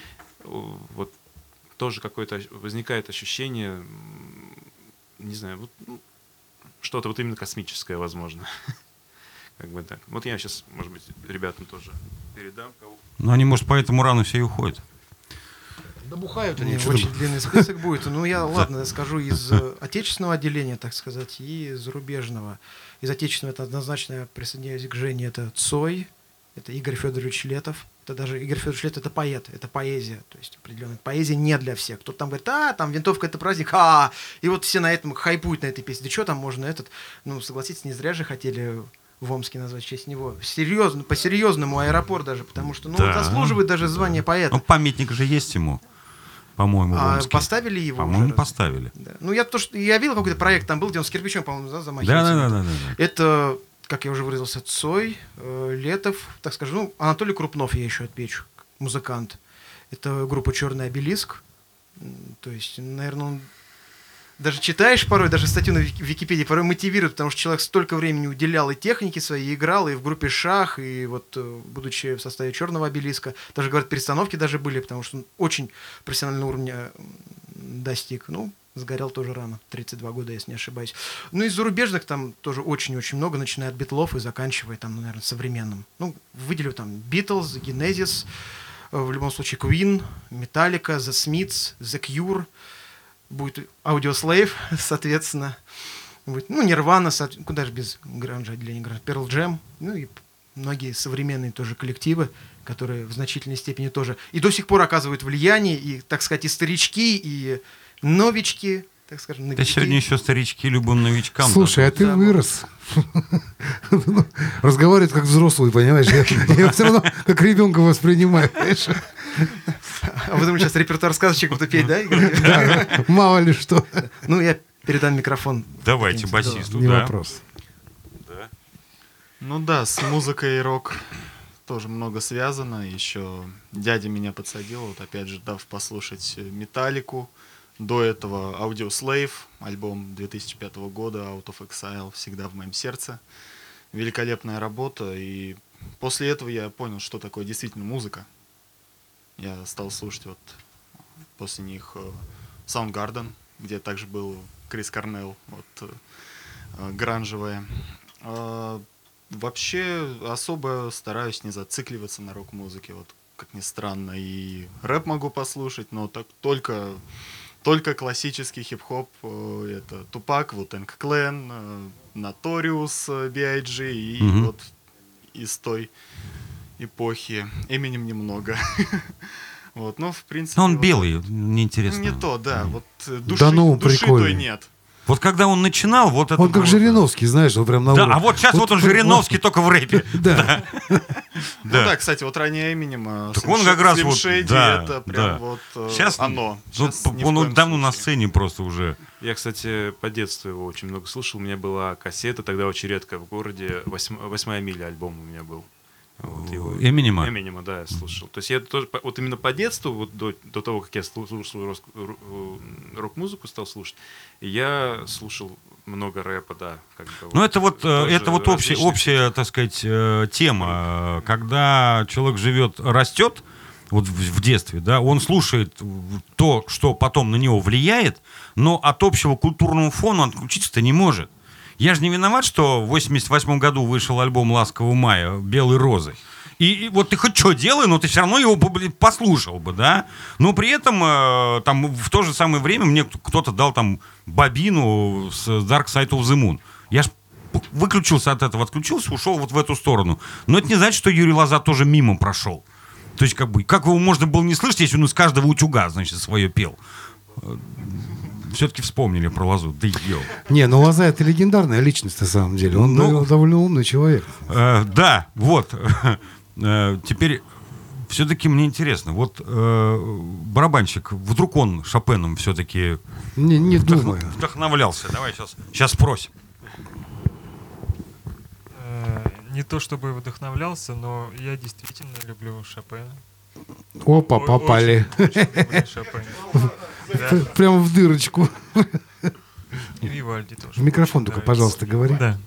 о, вот тоже какое-то ощ- возникает ощущение, м, не знаю, вот, ну, что-то вот именно космическое, возможно. Как бы так. Вот я сейчас, может быть, ребятам тоже передам. кого- Ну, они, может, поэтому рано все и уходят. Да бухают они, Ничего очень там. длинный список будет. Ну, я, ладно, скажу из э, отечественного отделения, так сказать, и зарубежного. Из отечественного это однозначно я присоединяюсь к Жене, это Цой, это Игорь Федорович Летов. Это даже Игорь Федорович Летов это поэт, это поэзия, то есть определенная поэзия не для всех. Кто-то там говорит, а, там винтовка это праздник, а, и вот все на этом хайпуют на этой песне. Да что там можно этот, ну, согласитесь, не зря же хотели в Омске назвать в честь него. Серьезно, по-серьезному аэропорт даже, потому что, ну, Да. он заслуживает даже звания поэта. Ну, памятник же есть ему, по-моему, в А Омске. поставили его уже По-моему, раз? поставили. Да. Ну, я то, что я видел какой-то проект, там был, где он с кирпичом, по-моему, да, замахивался. Да, да, да, да, да. Это, как я уже выразился, Цой, э, Летов, так скажем, ну, Анатолий Крупнов я еще отмечу, музыкант. Это группа «Черный обелиск». М, То есть, наверное, он... Даже читаешь порой, даже статью на Вики- Википедии порой мотивирует, потому что человек столько времени уделял и технике своей, и играл, и в группе «Шах», и вот, э, будучи в составе «Черного обелиска», даже, говорят, перестановки даже были, потому что он очень профессионального уровня м, достиг. Ну, сгорел тоже рано, тридцать два года, если не ошибаюсь. Ну, из зарубежных там тоже очень-очень много, начиная от битлов и заканчивая там, ну, наверное, современным. Ну, выделю там Beatles, Genesis, э, в любом случае Queen, Metallica, The Smiths, The Cure, будет Audioslave, соответственно, будет, ну, Nirvana, соот- куда же без гранжа, отделения гранжа, Pearl Jam, ну и многие современные тоже коллективы, которые в значительной степени тоже и до сих пор оказывают влияние, и, так сказать, и старички, и новички, так скажем, Да новички. сегодня еще старички любым новичкам. Слушай, а ты Да. вырос. Разговаривает как взрослый, понимаешь? Я, я все равно как ребенка воспринимаю, понимаешь? А вы думаете, сейчас репертуар сказочек буду петь, да, Игорь? Да, мало ли что. Ну, я передам микрофон. Давайте басисту, Не да. вопрос. Ну да, с музыкой и рок тоже много связано. Еще дядя меня подсадил, вот опять же, дав послушать Металлику. До этого Audioslave, альбом две тысячи пятого года, Out of Exile, всегда в моем сердце. Великолепная работа. И после этого я понял, что такое действительно музыка. Я стал слушать вот после них э, Soundgarden, где также был Крис Корнелл, вот э, гранжевая. А, вообще особо стараюсь не зацикливаться на рок-музыке, вот как ни странно, и рэп могу послушать, но так только только классический хип-хоп, э, это Тупак, Wu-Tang Clan, э, Notorious, би ай джи и Мгм. вот из той эпохи Эминем немного. Вот, но в принципе. Но он вот- белый, неинтересно. Не то, да, вот э, души, Да ну, души прикольно. той нет. Вот когда он начинал, вот это Он как было- Жириновский, знаешь, он прям на Да, уровне. а вот сейчас вот, он вот- Жириновский, только в рэпе. Да. Ну Да. да, кстати, вот ранее Эминем, Так он как раз вот, да, это прям да. вот э, Сейчас оно. Ну, Щас п- ни в он коем давно на случае. сцене просто уже. Я, кстати, по детству его очень много слушал. У меня была кассета, тогда очень редко в городе. «Восьм- «Восьмая миля» альбом у меня был. Вот его. Эминема? Эминема, да, я слушал. То есть я тоже, по- вот именно по детству, вот до, до того, как я слу- слушал рос- ру- э, рок-музыку, стал слушать, я слушал много рэпа, да. Как бы Ну, вот это вот, э, тоже это вот общая, различных- общая, так сказать, э, тема. Э, Когда человек живет, растет, вот в, в детстве, да, он слушает то, что потом на него влияет, но от общего культурного фона он отключиться-то не может. Я же не виноват, что в восемьдесят восьмом году вышел альбом «Ласкового мая» «Белые розы». И, и вот ты хоть что делай, но ты все равно его блин, послушал бы, да? Но при этом э, там в то же самое время мне кто-то дал там бобину с Dark Side of the Moon. Я ж выключился от этого, отключился, ушел вот в эту сторону. Но это не значит, что Юрий Лоза тоже мимо прошел. То есть как бы, как его можно было не слышать, если он из каждого утюга, значит, свое пел? Все-таки вспомнили про Лозу. Да ё. Не, ну Лоза — это легендарная личность на самом деле. Он Ну, дов- довольно умный человек. Э, да, вот. Э, теперь все-таки мне интересно. Вот э, барабанщик, вдруг он Шопеном все-таки Не, не думаю. вдохновлялся? Давай сейчас, сейчас спросим. Э, Не то чтобы вдохновлялся, но я действительно люблю Шопена. Опа, О- попали. Очень, очень люблю Шопена. Да. Прямо в дырочку. И Вивальди тоже. В микрофон очень только, нравится. пожалуйста, говори. Да.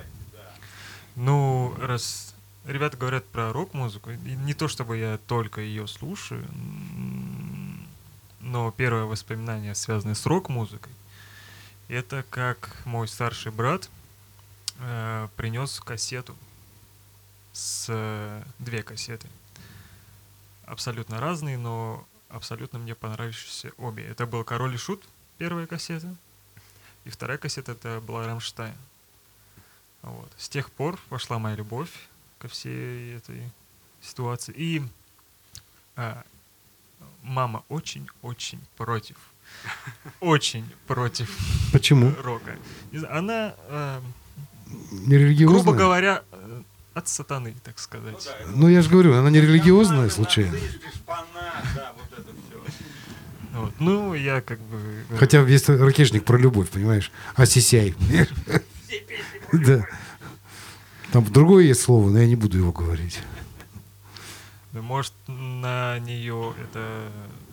Ну, раз ребята говорят про рок-музыку, и не то чтобы я только ее слушаю, м, но первое воспоминание, связанное с рок-музыкой, это как мой старший брат э, принес кассету с э, две кассеты. Абсолютно разные, но абсолютно мне понравившиеся обе. Это был «Король и Шут», первая кассета, и вторая кассета это была «Рамштайн». Вот. С тех пор пошла моя любовь ко всей этой ситуации. И а, мама очень-очень против. Очень против Почему? рока. Не знаю, Она, а, Не религиозная? грубо говоря, э, от сатаны, так сказать. Ну, я же говорю, она не религиозная, случайно. Вот. Ну, я как бы... э, Хотя есть ракешник про любовь, понимаешь? Асисяй. Да. Там другое есть слово, но я не буду его говорить. Может, на нее это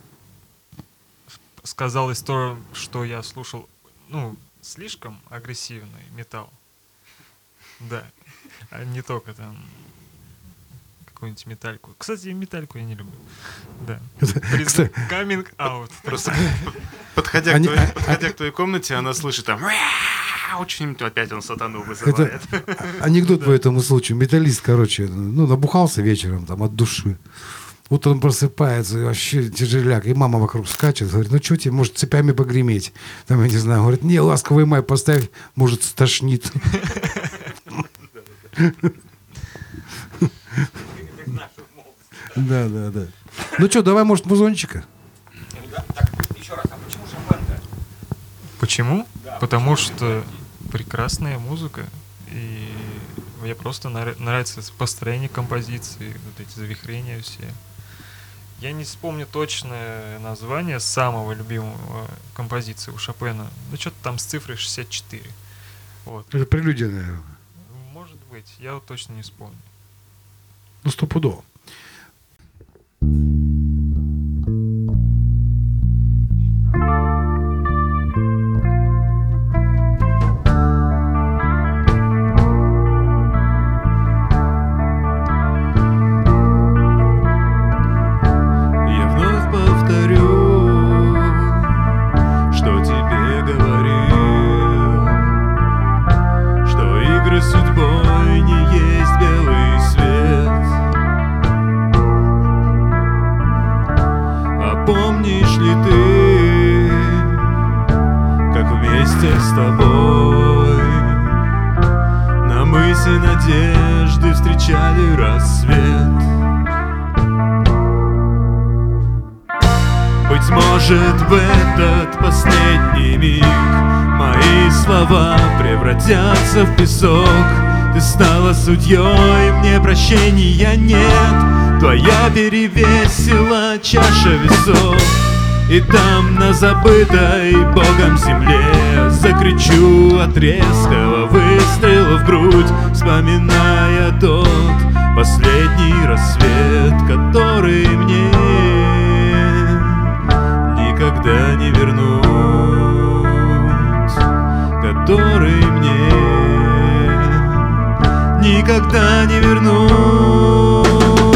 сказалось то, что я слушал, ну, слишком агрессивный металл. Да. А не только там какую-нибудь метальку. Кстати, метальку я не люблю. Да. Признак coming out. Просто подходя, Они- к твоей, а- подходя к твоей комнате, она слышит там очень опять он сатану Это вызывает. анекдот по этому случаю. Металлист, короче, ну, набухался вечером там от души. Утром просыпается, и вообще тяжеляк. И мама вокруг скачет, говорит, ну что тебе, может, цепями погреметь? Там, я не знаю, говорит, не, «Ласковый май» поставь, может, стошнит. Да, да, да. Ну что, давай, может, музончика? Еще раз, а почему Шопен-то? Почему? Потому что прекрасная музыка. И мне просто нрав- нравится построение композиции, вот эти завихрения все. Я не вспомню точное название самого любимого композиции у Шопена. Ну, что-то там с цифрой шестьдесят четыре. Вот. Это прелюдия, наверное. Может быть, я вот точно не вспомню. Ну, стопудово. Я вновь повторю, что тебе говорил, что игры с судьбой не есть белый свет. А помнишь ли ты, как вместе с тобой на мысе надежды встречали рассвет? Быть может, в этот последний миг мои слова превратятся в песок. Ты стала судьей, мне прощения нет. Твоя перевесила чаша весов. И там, на забытой Богом земле, закричу от резкого выстрела в грудь, вспоминая тот последний рассвет, который мне никогда не вернуть, который мне никогда не вернуть.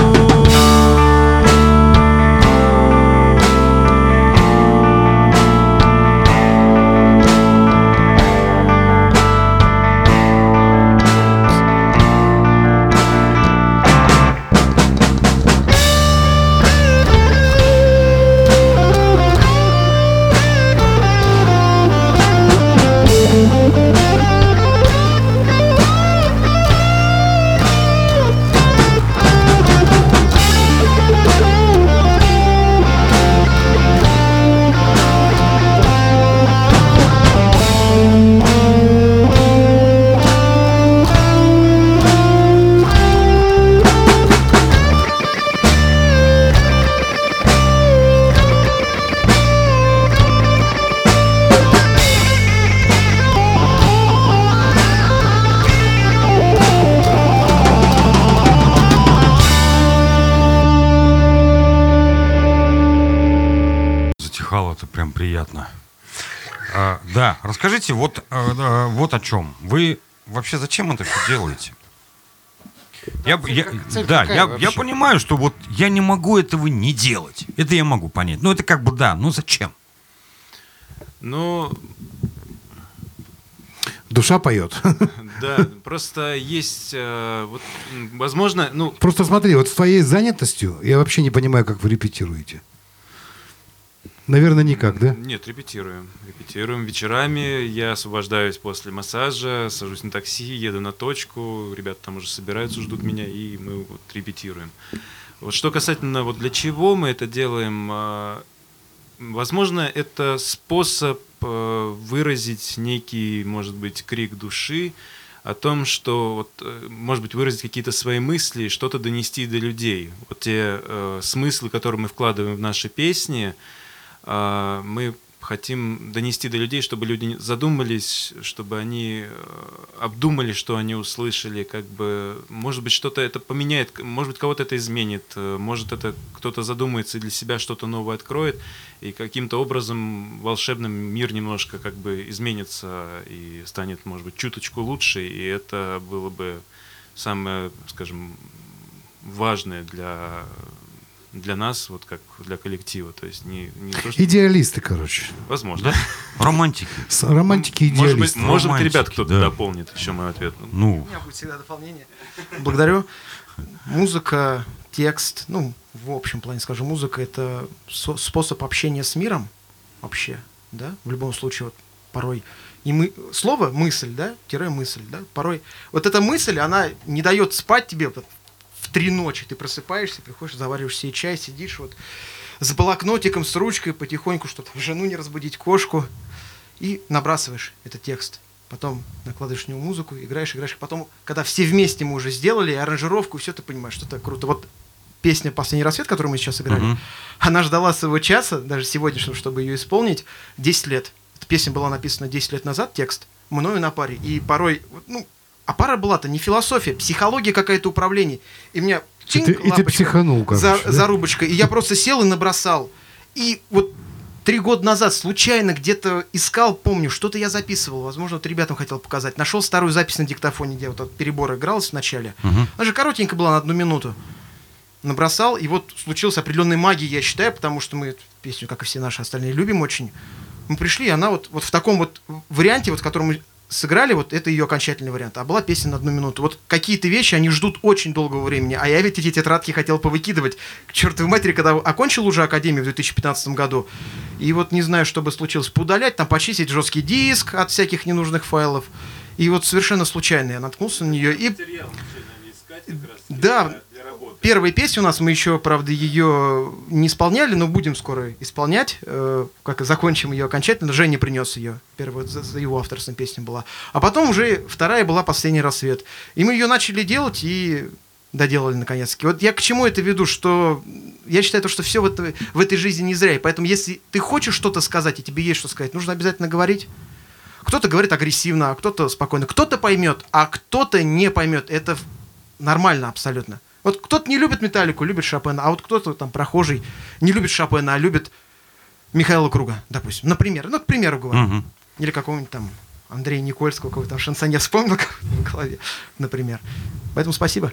Это прям приятно. А, да, расскажите вот, а, а, вот о чем. Вы вообще зачем это все делаете? Я, Цель я, как- цель да, какая я, вообще? я понимаю, что вот я не могу этого не делать. Это я могу понять. Ну, это как бы да, но зачем? Ну, Душа поет. да, просто есть, э, вот, м, возможно, ну, Просто смотри, вот с твоей занятостью я вообще не понимаю, как вы репетируете. Наверное, никак, да? Нет, репетируем. Репетируем вечерами. Я освобождаюсь после массажа, сажусь на такси, еду на точку. Ребята там уже собираются, ждут меня, и мы вот репетируем. Вот что касательно, вот для чего мы это делаем, а, возможно, это способ а, выразить некий, может быть, крик души о том, что, вот, э, может быть, выразить какие-то свои мысли, что-то донести до людей. Вот те э, смыслы, которые мы вкладываем в наши песни, а, мы хотим донести до людей, чтобы люди задумались, чтобы они э, обдумали, что они услышали, как бы, может быть, что-то это поменяет, может быть, кого-то это изменит, э, может, это кто-то задумается и для себя что-то новое откроет, и каким-то образом волшебным мир немножко как бы изменится и станет, может быть, чуточку лучше, и это было бы самое, скажем, важное для для нас, вот как для коллектива, то есть не, не то, что... Идеалисты, короче. Возможно. Романтики. С- Романтики и Может быть, идеалисты. может быть, Романтики, ребят, кто-то да. дополнит еще мой ответ. Ну, У меня будет всегда дополнение. Благодарю. Музыка, текст, ну, в общем плане, скажем, музыка — это со- способ общения с миром вообще, да, в любом случае, вот, порой. И мы, слово «мысль», да, тире «мысль», да, порой. Вот эта мысль, она не дает спать тебе вот в три ночи ты просыпаешься, приходишь, завариваешь себе чай, сидишь вот с блокнотиком, с ручкой, потихоньку что-то, жену не разбудить, кошку, и набрасываешь этот текст. Потом накладываешь в него музыку, играешь, играешь. Потом, когда все вместе мы уже сделали аранжировку, все, ты понимаешь, что это круто. Вот песня «Последний рассвет», которую мы сейчас играли, Мгм. она ждала своего часа, даже сегодняшнего, чтобы ее исполнить, десять лет. Эта песня была написана десять лет назад, текст, мною на паре. И порой, вот, ну, а пара была-то не философия, психология какая-то, управление. И меня И чинк, ты, и ты лапочка, психанул, короче. за, да? зарубочка. И я просто сел и набросал. И вот три года назад случайно где-то искал, помню, что-то я записывал. Возможно, вот ребятам хотел показать. Нашел старую запись на диктофоне, где вот этот перебор игралась в начале. Мгм. Она же коротенькая была, на одну минуту. Набросал, и вот случилась определенная магия, я считаю, потому что мы эту песню, как и все наши остальные, любим очень. Мы пришли, и она вот, вот в таком вот варианте, вот, в котором мы сыграли, вот это ее окончательный вариант. А была песня на одну минуту. Вот какие-то вещи, они ждут очень долгого времени. А я ведь эти тетрадки хотел повыкидывать к чертовой матери, когда окончил уже академию в две тысячи пятнадцатом году. И вот не знаю, что бы случилось. Поудалять, там почистить жесткий диск от всяких ненужных файлов. И вот совершенно случайно я наткнулся на нее. И да, первая песня у нас, мы еще, правда, ее не исполняли, но будем скоро исполнять, э, как закончим ее окончательно. Женя принес ее, первая за, за его авторством песня была. А потом уже вторая была «Последний рассвет». И мы ее начали делать и доделали наконец-таки. Вот я к чему это веду, что я считаю, то, что все в, это, в этой жизни не зря. И поэтому, если ты хочешь что-то сказать, и тебе есть что сказать, нужно обязательно говорить. Кто-то говорит агрессивно, а кто-то спокойно. Кто-то поймет, а кто-то не поймет. Это нормально абсолютно. Вот кто-то не любит Металлику, любит Шопена, а вот кто-то там прохожий не любит Шопена, а любит Михаила Круга, допустим. Например, ну, к примеру говорю. Мгм. Или какого-нибудь там Андрея Никольского, какого-то там шансонье вспомнил в голове, например. Поэтому спасибо.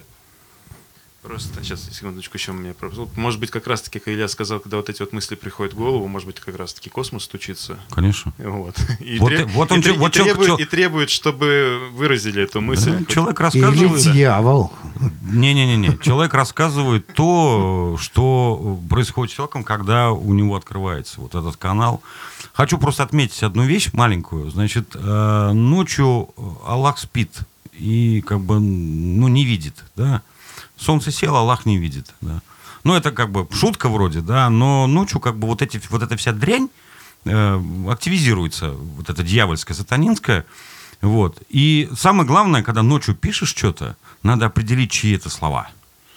Просто, сейчас, секундочку, еще у меня... про- Может быть, как раз-таки, как Илья сказал, когда вот эти вот мысли приходят в голову, может быть, как раз-таки космос стучится. Конечно. Вот. И, Вот треб- и- вот он и чё- тре- вот и чё- требует, чё- и требует, чтобы выразили эту мысль. Да, Хоть- человек Или рассказывает... дьявол. Не-не-не, человек рассказывает то, что происходит с человеком, когда у него открывается вот этот канал. Хочу просто отметить одну вещь маленькую. Значит, э, ночью Аллах спит и как бы, ну, не видит, да. Солнце село, Аллах не видит, да. Ну, это как бы шутка вроде, да, но ночью как бы вот, эти, вот эта вся дрянь э, активизируется, вот эта дьявольская, сатанинская. Вот. И самое главное, когда ночью пишешь что-то, надо определить, чьи это слова.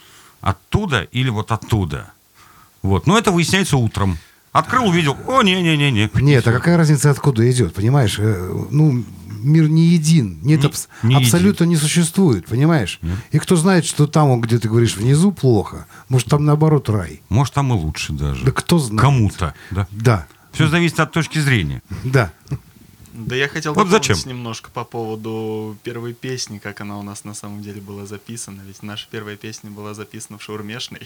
Оттуда или вот оттуда. Вот. Но это выясняется утром. Открыл, увидел, о, не-не-не-не. Нет, а какая разница, откуда идет, понимаешь? Э, Ну, мир не един, нет, Не- абс- не абсолютно не существует, понимаешь? И кто знает, что там, вот, где ты говоришь, внизу плохо, может, там наоборот рай. Может, там и лучше даже. Да кто знает? Кому-то. Да. Да, Все зависит от точки зрения. да. Да я хотел Вот дополнить зачем? немножко по поводу первой песни, как она у нас на самом деле была записана. Ведь наша первая песня была записана в Шаурмешной.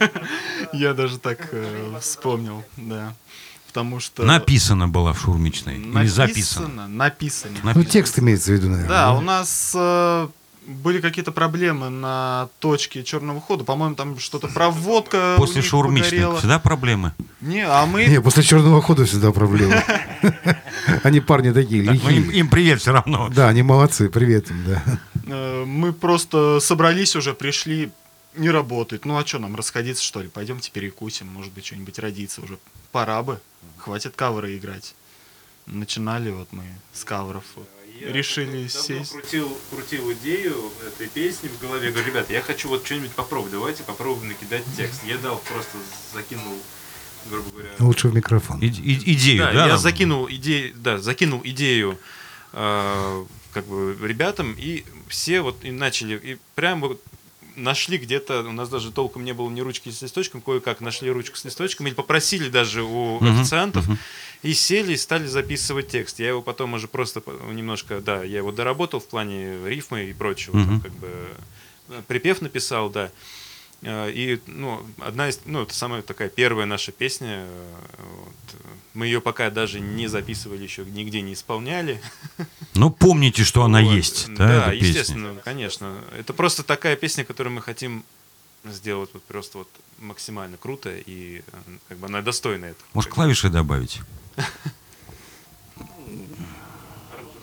Я даже так э, вспомнил, да. Потому что... Написана была в шурмичной. Или записана. Написано, написано. Ну, Написано. текст имеется в виду, наверное. Да, у нас э, были какие-то проблемы на точке черного хода. По-моему, там что-то проводка у После них шаурмичной погорела. всегда проблемы. Не, а мы... Не, после черного хода всегда проблема. Они парни такие, Так, ну, им, лихие. им привет все равно. Да, они молодцы, привет им, да. Э, Мы просто собрались уже, пришли, не работает. Ну а что, нам расходиться, что ли? Пойдемте перекусим, может быть, что-нибудь родится уже. Пора бы, хватит каверы играть. Начинали вот мы с каверов. вот. Решили сесть. Крутил, крутил идею этой песни в голове. Говорю, ребята, я хочу вот что-нибудь попробовать. Давайте попробуем накидать текст. Я дал, просто закинул, грубо говоря... Лучше в микрофон. И- и- идею, Да, да? я там? закинул идею, да, закинул идею э, как бы ребятам, и все вот и начали, и прям вот нашли где-то, у нас даже толком не было ни ручки с листочком, кое-как нашли ручку с листочком, или попросили даже у Мгм, официантов, мгм. и сели, и стали записывать текст. Я его потом уже просто по- немножко, да, я его доработал в плане рифмы и прочего, там Мгм. как бы э, припев написал, да. Э, И, ну, одна из, ну, это самая такая первая наша песня. э, вот. Мы ее пока даже не записывали еще, нигде не исполняли. Ну, помните, что она Вот. есть, да, Да, эта песня. естественно, конечно. Это просто такая песня, которую мы хотим сделать вот просто вот максимально круто, и э, как бы она достойна этого. Может, Как бы. клавиши добавить?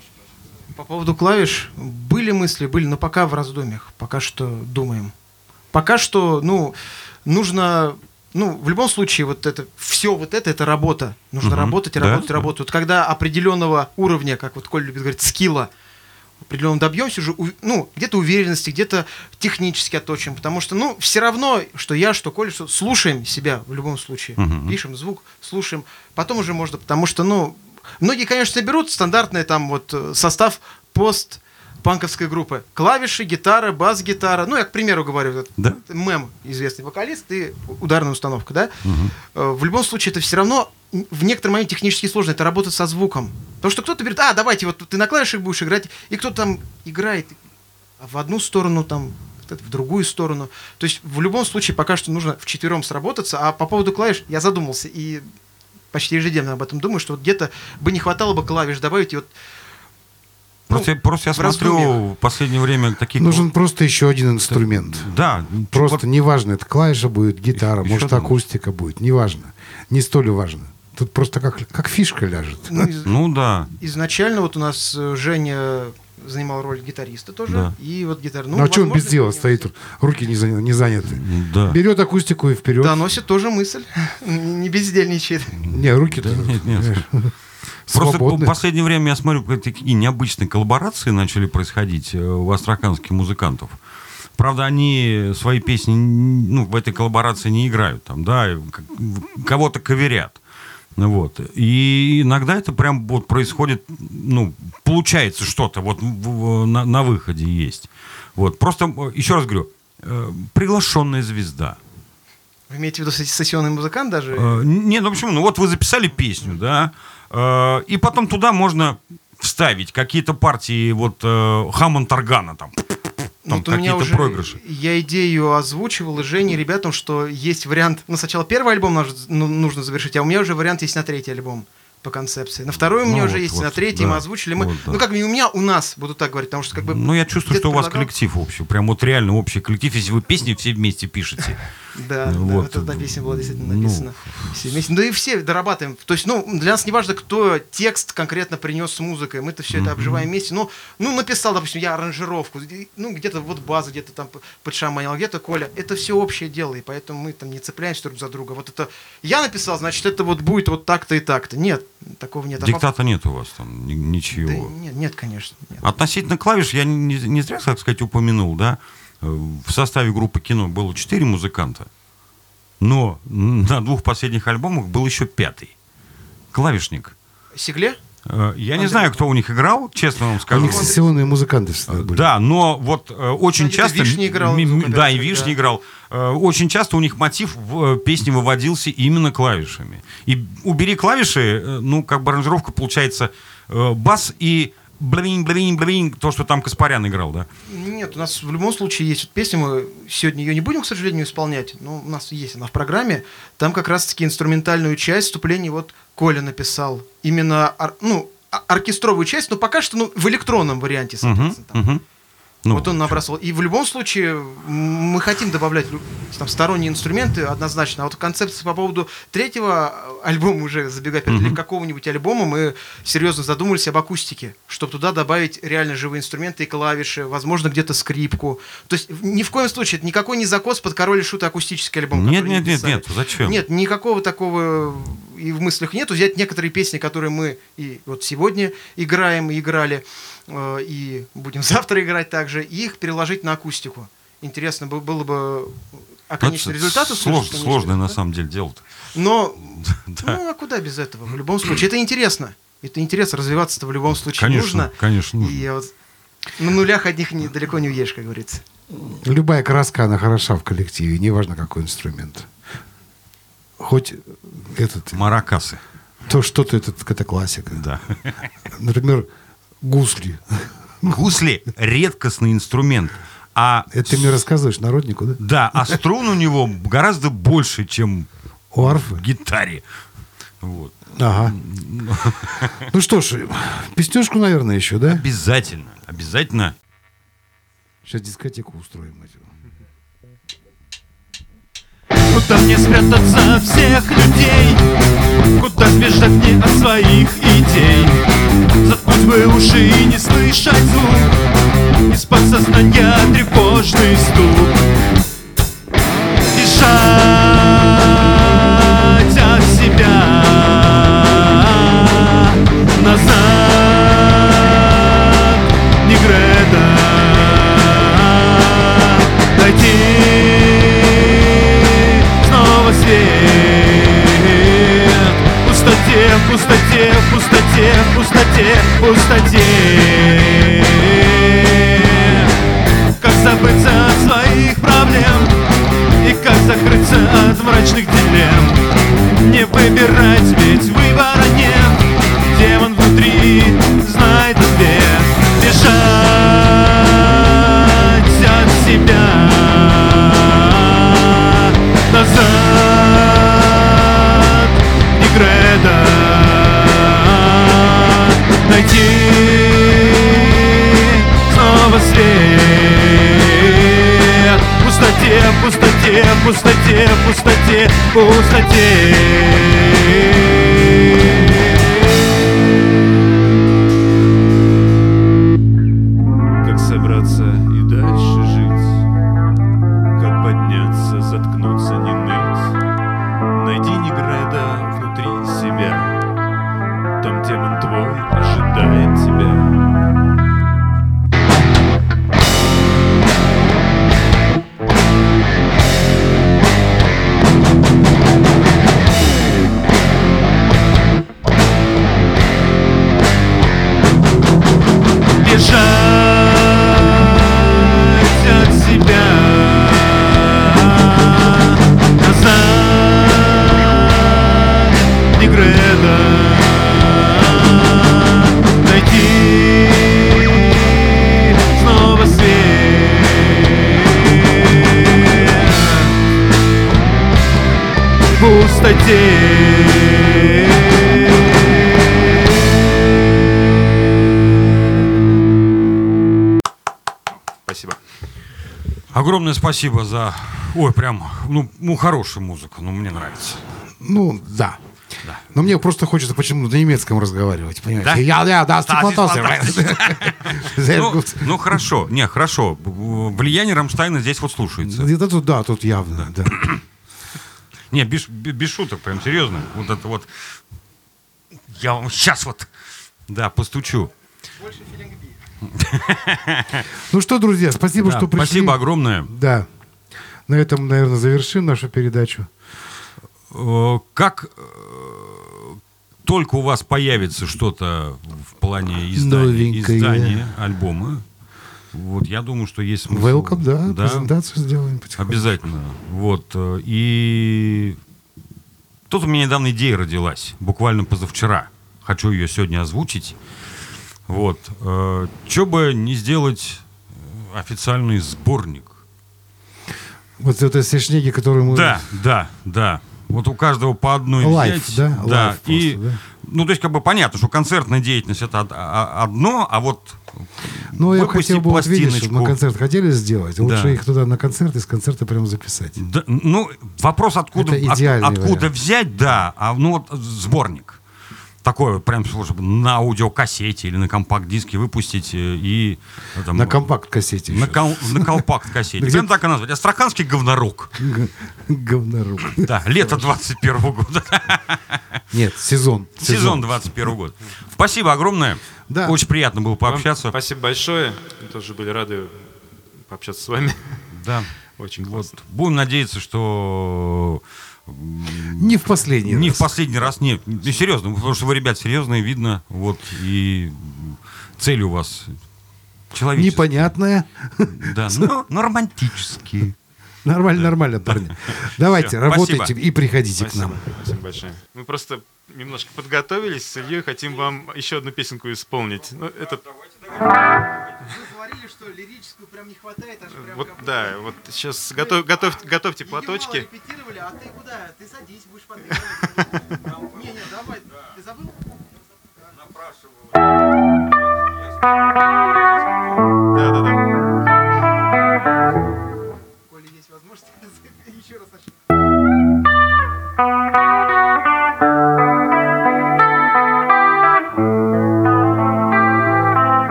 По поводу клавиш, были мысли, были, но пока в раздумьях, пока что думаем. пока что, ну, нужно... Ну, в любом случае, вот это, все вот это, это работа. Нужно Мгм. работать, и Да, работать, и да. работать. Вот когда определенного уровня, как вот Коля любит говорить, скилла, определенно добьемся уже, у- ну, где-то уверенности, где-то технически отточим. Потому что, ну, все равно, что я, что Коля, что слушаем себя в любом случае. Мгм. Пишем звук, слушаем. Потом уже можно, потому что, ну, многие, конечно, берут стандартный там вот э, состав пост панковской группы. Клавиши, гитара, бас-гитара. Ну, я, к примеру, говорю, вот, Да. Мэм, известный вокалист, и ударная установка, да? Мгм. Э, В любом случае, это все равно м, в некотором моменте технически сложно, это работать со звуком. Потому что кто-то говорит, а, давайте, вот ты на клавишах будешь играть, и кто-то там играет в одну сторону, там, в другую сторону. То есть, в любом случае, пока что нужно вчетвером сработаться, а по поводу клавиш я задумался, и почти ежедневно об этом думаю, что вот где-то бы не хватало бы клавиш добавить, и вот Просто, ну, я- просто я в смотрю раздумьях. в последнее время таких... Нужен просто еще один инструмент. Да. Просто неважно, это клавиша будет, гитара, Еще может думаешь? акустика будет, неважно. Не столь важно. Тут просто как, как фишка ляжет. ну, из- Ну да. изначально вот у нас э, Женя занимал роль гитариста тоже, Да. и вот гитара. Ну, а что он без возможно, дела не стоит, руки не, заня- не заняты. Да. Берет акустику и вперед. Доносит тоже мысль, не бездельничает. Не, руки-то Нет, нет. Просто свободны. в последнее время я смотрю, как такие необычные коллаборации начали происходить э, у астраханских музыкантов. Правда, они свои песни н- ну, в этой коллаборации не играют, там, да, и как- в- кого-то каверят. Ну, вот. И иногда это прям вот происходит, ну, получается что-то вот в- в- на, на выходе есть. Вот. Просто, э, еще раз говорю, э, приглашенная звезда. Вы имеете в виду сессионный музыкант даже? Э, Нет, ну почему? Ну вот вы записали песню, да, э, и потом туда можно вставить какие-то партии вот э, Хаммонд-органа там. Там Вот у меня какие-то уже проигрыши. я идею озвучивал и Жене, ребятам, что есть вариант. Ну, сначала первый альбом нужно, ну, нужно завершить, а у меня уже вариант есть на третий альбом по концепции. На второй у меня Ну уже вот, есть, вот, на третий да. мы озвучили. Мы, Вот, да. Ну, как не у меня, у нас, буду так говорить, потому что как бы... Ну, я чувствую, где-то что у вас предлагал. коллектив общий. Прям вот реально общий коллектив, если вы песни все вместе пишете. Да, да, Вот. вот эта песня была действительно Ну. написана все вместе. Да и все дорабатываем. То есть, ну, для нас не важно, кто текст конкретно принес с музыкой. Мы-то все это обживаем вместе. Ну, ну, написал, допустим, я аранжировку. и, Ну, где-то вот база, где-то там подшаманил, где-то Коля. Это все общее дело, и поэтому мы там не цепляемся друг за друга. Вот это я написал, значит, это вот будет вот так-то и так-то. Нет, такого нет. А Диктата нет у вас там ни- пап- ничего. Да нет, нет, конечно. Нет. Относительно клавиш, я не, не зря, так сказать, упомянул, да, э, в составе группы «Кино» было четыре музыканта, но на двух последних альбомах был еще пятый. Клавишник. Сигле? Э, Я не Андрей. знаю, кто у них играл, честно вам У скажу. них сессионные музыканты всегда были. Да, но вот э, очень Где-то часто... Вишня играл, ми- ми- звукооператор, да, и Вишня да. играл. Э, Очень часто у них мотив в э, песне выводился именно клавишами. И убери клавиши, э, ну, как бы аранжировка получается э, бас и блин-блин-блин, то, что там Каспарян играл, да? Нет, у нас в любом случае есть вот песня, мы сегодня ее не будем, к сожалению, исполнять, но у нас есть она в программе. Там как раз-таки инструментальную часть вступления вот Коля написал. Именно, ор- ну, а- оркестровую часть, но пока что ну, в электронном варианте, Мгм, соответственно. там. мгм. Ну, Вот он набрасывал. И в любом случае м, мы хотим добавлять лю- там, сторонние инструменты однозначно. А вот концепция по поводу третьего альбома, уже забегая вперед, Мгм. или какого-нибудь альбома, мы серьезно задумались об акустике, чтобы туда добавить реально живые инструменты и клавиши, возможно, где-то скрипку. То есть в- ни в коем случае это никакой не закос под король и шут акустический альбом. Нет, который нет, мы нет, писали. нет, зачем? Нет, никакого такого и в мыслях нету. Взять некоторые песни, которые мы и вот сегодня играем и играли, э, и будем завтра играть также, и их переложить на акустику. Интересно бы- было бы... А конечный Это результат слож- услышать, конечно, Сложное на да? самом деле дело-то. Но, Да. ну, а куда без этого? В любом случае, это интересно. Это интересно, развиваться-то в любом случае Конечно, нужно. конечно, нужно. И вот на нулях одних не, далеко не уедешь, как говорится. Любая краска, она хороша в коллективе, неважно какой инструмент. Хоть этот, Маракасы, то что-то, это, это классика. да. Например, гусли. Гусли — редкостный инструмент. А Это ты мне рассказываешь, народнику, да? да, а струн у него гораздо больше, чем У арфы? в гитаре. Вот. Ага. Ну что ж, песнежку, наверное, еще, да? Обязательно, обязательно. Сейчас дискотеку устроим. эти. Куда мне спрятаться от всех людей? Куда сбежать мне от своих идей? Заткнуть бы уши и не слышать звук, из подсознания тревожный стук. бежать от себя назад, Негреда, найти снова свет в пустоте, в пустоте, в пустоте, в пустоте, в пустоте. Как забыться от своих проблем и как закрыться от мрачных дилемм. Не выбирать, ведь выбора нет. Демон внутри знает ответ. Бежать от себя назад, Негреда, найти снова свет в пустоте, в пустоте, в пустоте, в пустоте, в пустоте. Как собраться и дальше жить, как подняться, заткнуться, не ныть. Найди, Негреда, внутри себя, там демон твой ожидает тебя. Бежать от себя назад, Негреда, найти снова свет в пустоте. Спасибо. Огромное спасибо за... Ой, прям, ну, ну хорошая музыка, ну, мне нравится. Ну, да. Да. Но мне просто хочется почему-то на немецком разговаривать, понимаете? Да? Я, я, да, Да, ну, Ну, ну, хорошо, не, хорошо. Влияние Рамштайна здесь вот слушается. Это тут, да, тут явно, да. Не, без, без без шуток, прям серьезно. Вот это вот... Я вам сейчас вот, да, постучу. Ну что, друзья, спасибо, Да, что пришли. спасибо огромное. Да. На этом, наверное, завершим нашу передачу. Э, Как э, только у вас появится что-то в плане издания, Новенькое. издания альбома, вот я думаю, что есть смысл. Welcome, да, презентацию сделаем потихоньку. Обязательно. Вот. э, И тут у меня недавно идея родилась, буквально позавчера. Хочу ее сегодня озвучить. Вот. Че бы не сделать э, официальный сборник. Вот это все шнеги, которые мы... Да, да, да. Вот у каждого по одной Лайв, взять. да? Да. Лайв И, просто, да? ну, то есть, как бы понятно, что концертная деятельность это од- а- одно, а вот Ну, я выпустить хотел бы, вот видишь, пластиночку. на концерт хотели сделать, лучше Да. их туда на концерт, из концерта прямо записать. Да, ну, вопрос, откуда, Это от- идеальный откуда вариант. взять, да, а ну вот сборник. Такой вот прям чтобы на аудиокассете или на компакт-диске выпустить э, и... э, там, На компакт-кассете на, еще. кол- на колпакт-кассете. Где- Прям так и назвать. Астраханский говнорук. Говнорук. Да, лето двадцать первого года. Нет, сезон. Сезон двадцать первого года. Спасибо огромное. Да. Очень приятно было Вам пообщаться. спасибо большое. Мы тоже были рады пообщаться с вами. Да. Очень Вот. классно. Будем надеяться, что Не в последний не раз. в последний раз, нет, не серьезно, потому что вы, ребят, серьезные, видно, вот, и цель у вас человеческая. Непонятная. Да, но, но романтические. Нормально, нормально, парни. Давайте, Всё, работайте спасибо. и приходите к Спасибо. нам. Спасибо большое. Мы просто немножко подготовились с Ильей, хотим вам еще одну песенку исполнить. Ну, это Вы говорили, что лирическую прям не хватает, аж прям вот, как- да, вот сейчас готов, готов, готовьте Ее платочки. репетировали, а ты куда? Ты садись, будешь подыгрывать. Не, не, давай. Ты забыл? Да, да, да. Коли есть возможность, еще раз начнем.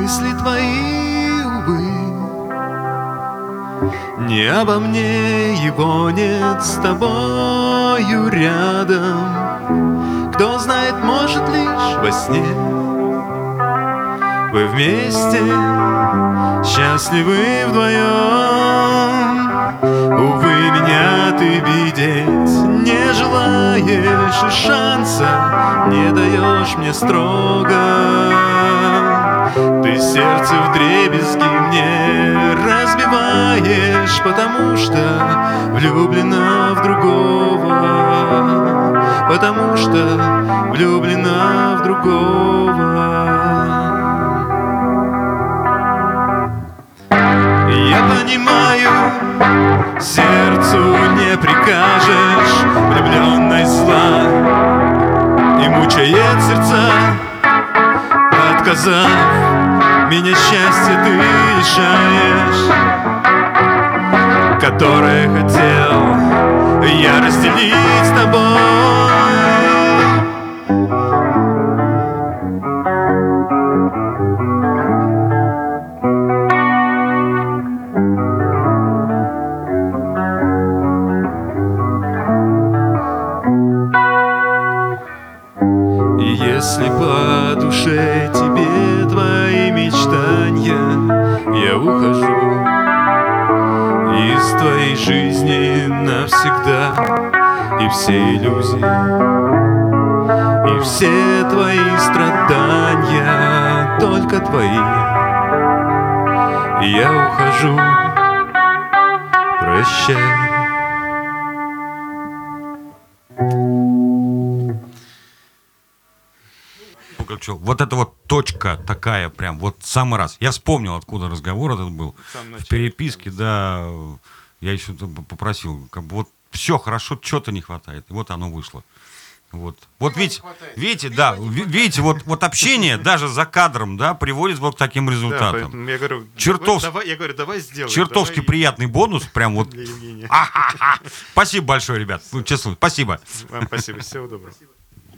мысли твои, увы. Не обо мне, его нет с тобою рядом. Кто знает, может, лишь во сне вы вместе, счастливы вдвоем. Увы, меня ты видеть не желаешь, и шанса не даешь мне строго. Ты сердце вдребезги мне разбиваешь, потому что влюблена в другого, потому что влюблена в другого. Я понимаю, сердцу не прикажешь, влюбленность зла и мучает сердца. Отказав, меня счастье ты лишаешь, которое хотел я разделить с тобой. Если по душе тебе твои мечтания, я ухожу из твоей жизни навсегда. И все иллюзии, и все твои страдания только твои. И я ухожу, прощай. Вот это вот точка такая прям, вот самый раз. Я вспомнил, откуда разговор этот был. В переписке, да, я еще попросил, как бы вот все хорошо, что-то не хватает. И вот оно вышло. Вот, вот видите, видите, да, видите, вот, вот общение даже за кадром, да, приводит вот к таким результатам. Да, я говорю, Чертов... давай, я говорю, давай сделаем. Чертовски давай... приятный бонус, прям вот. Для Евгения. Спасибо большое, ребят. Ну, честно, спасибо. Вам спасибо, всего доброго.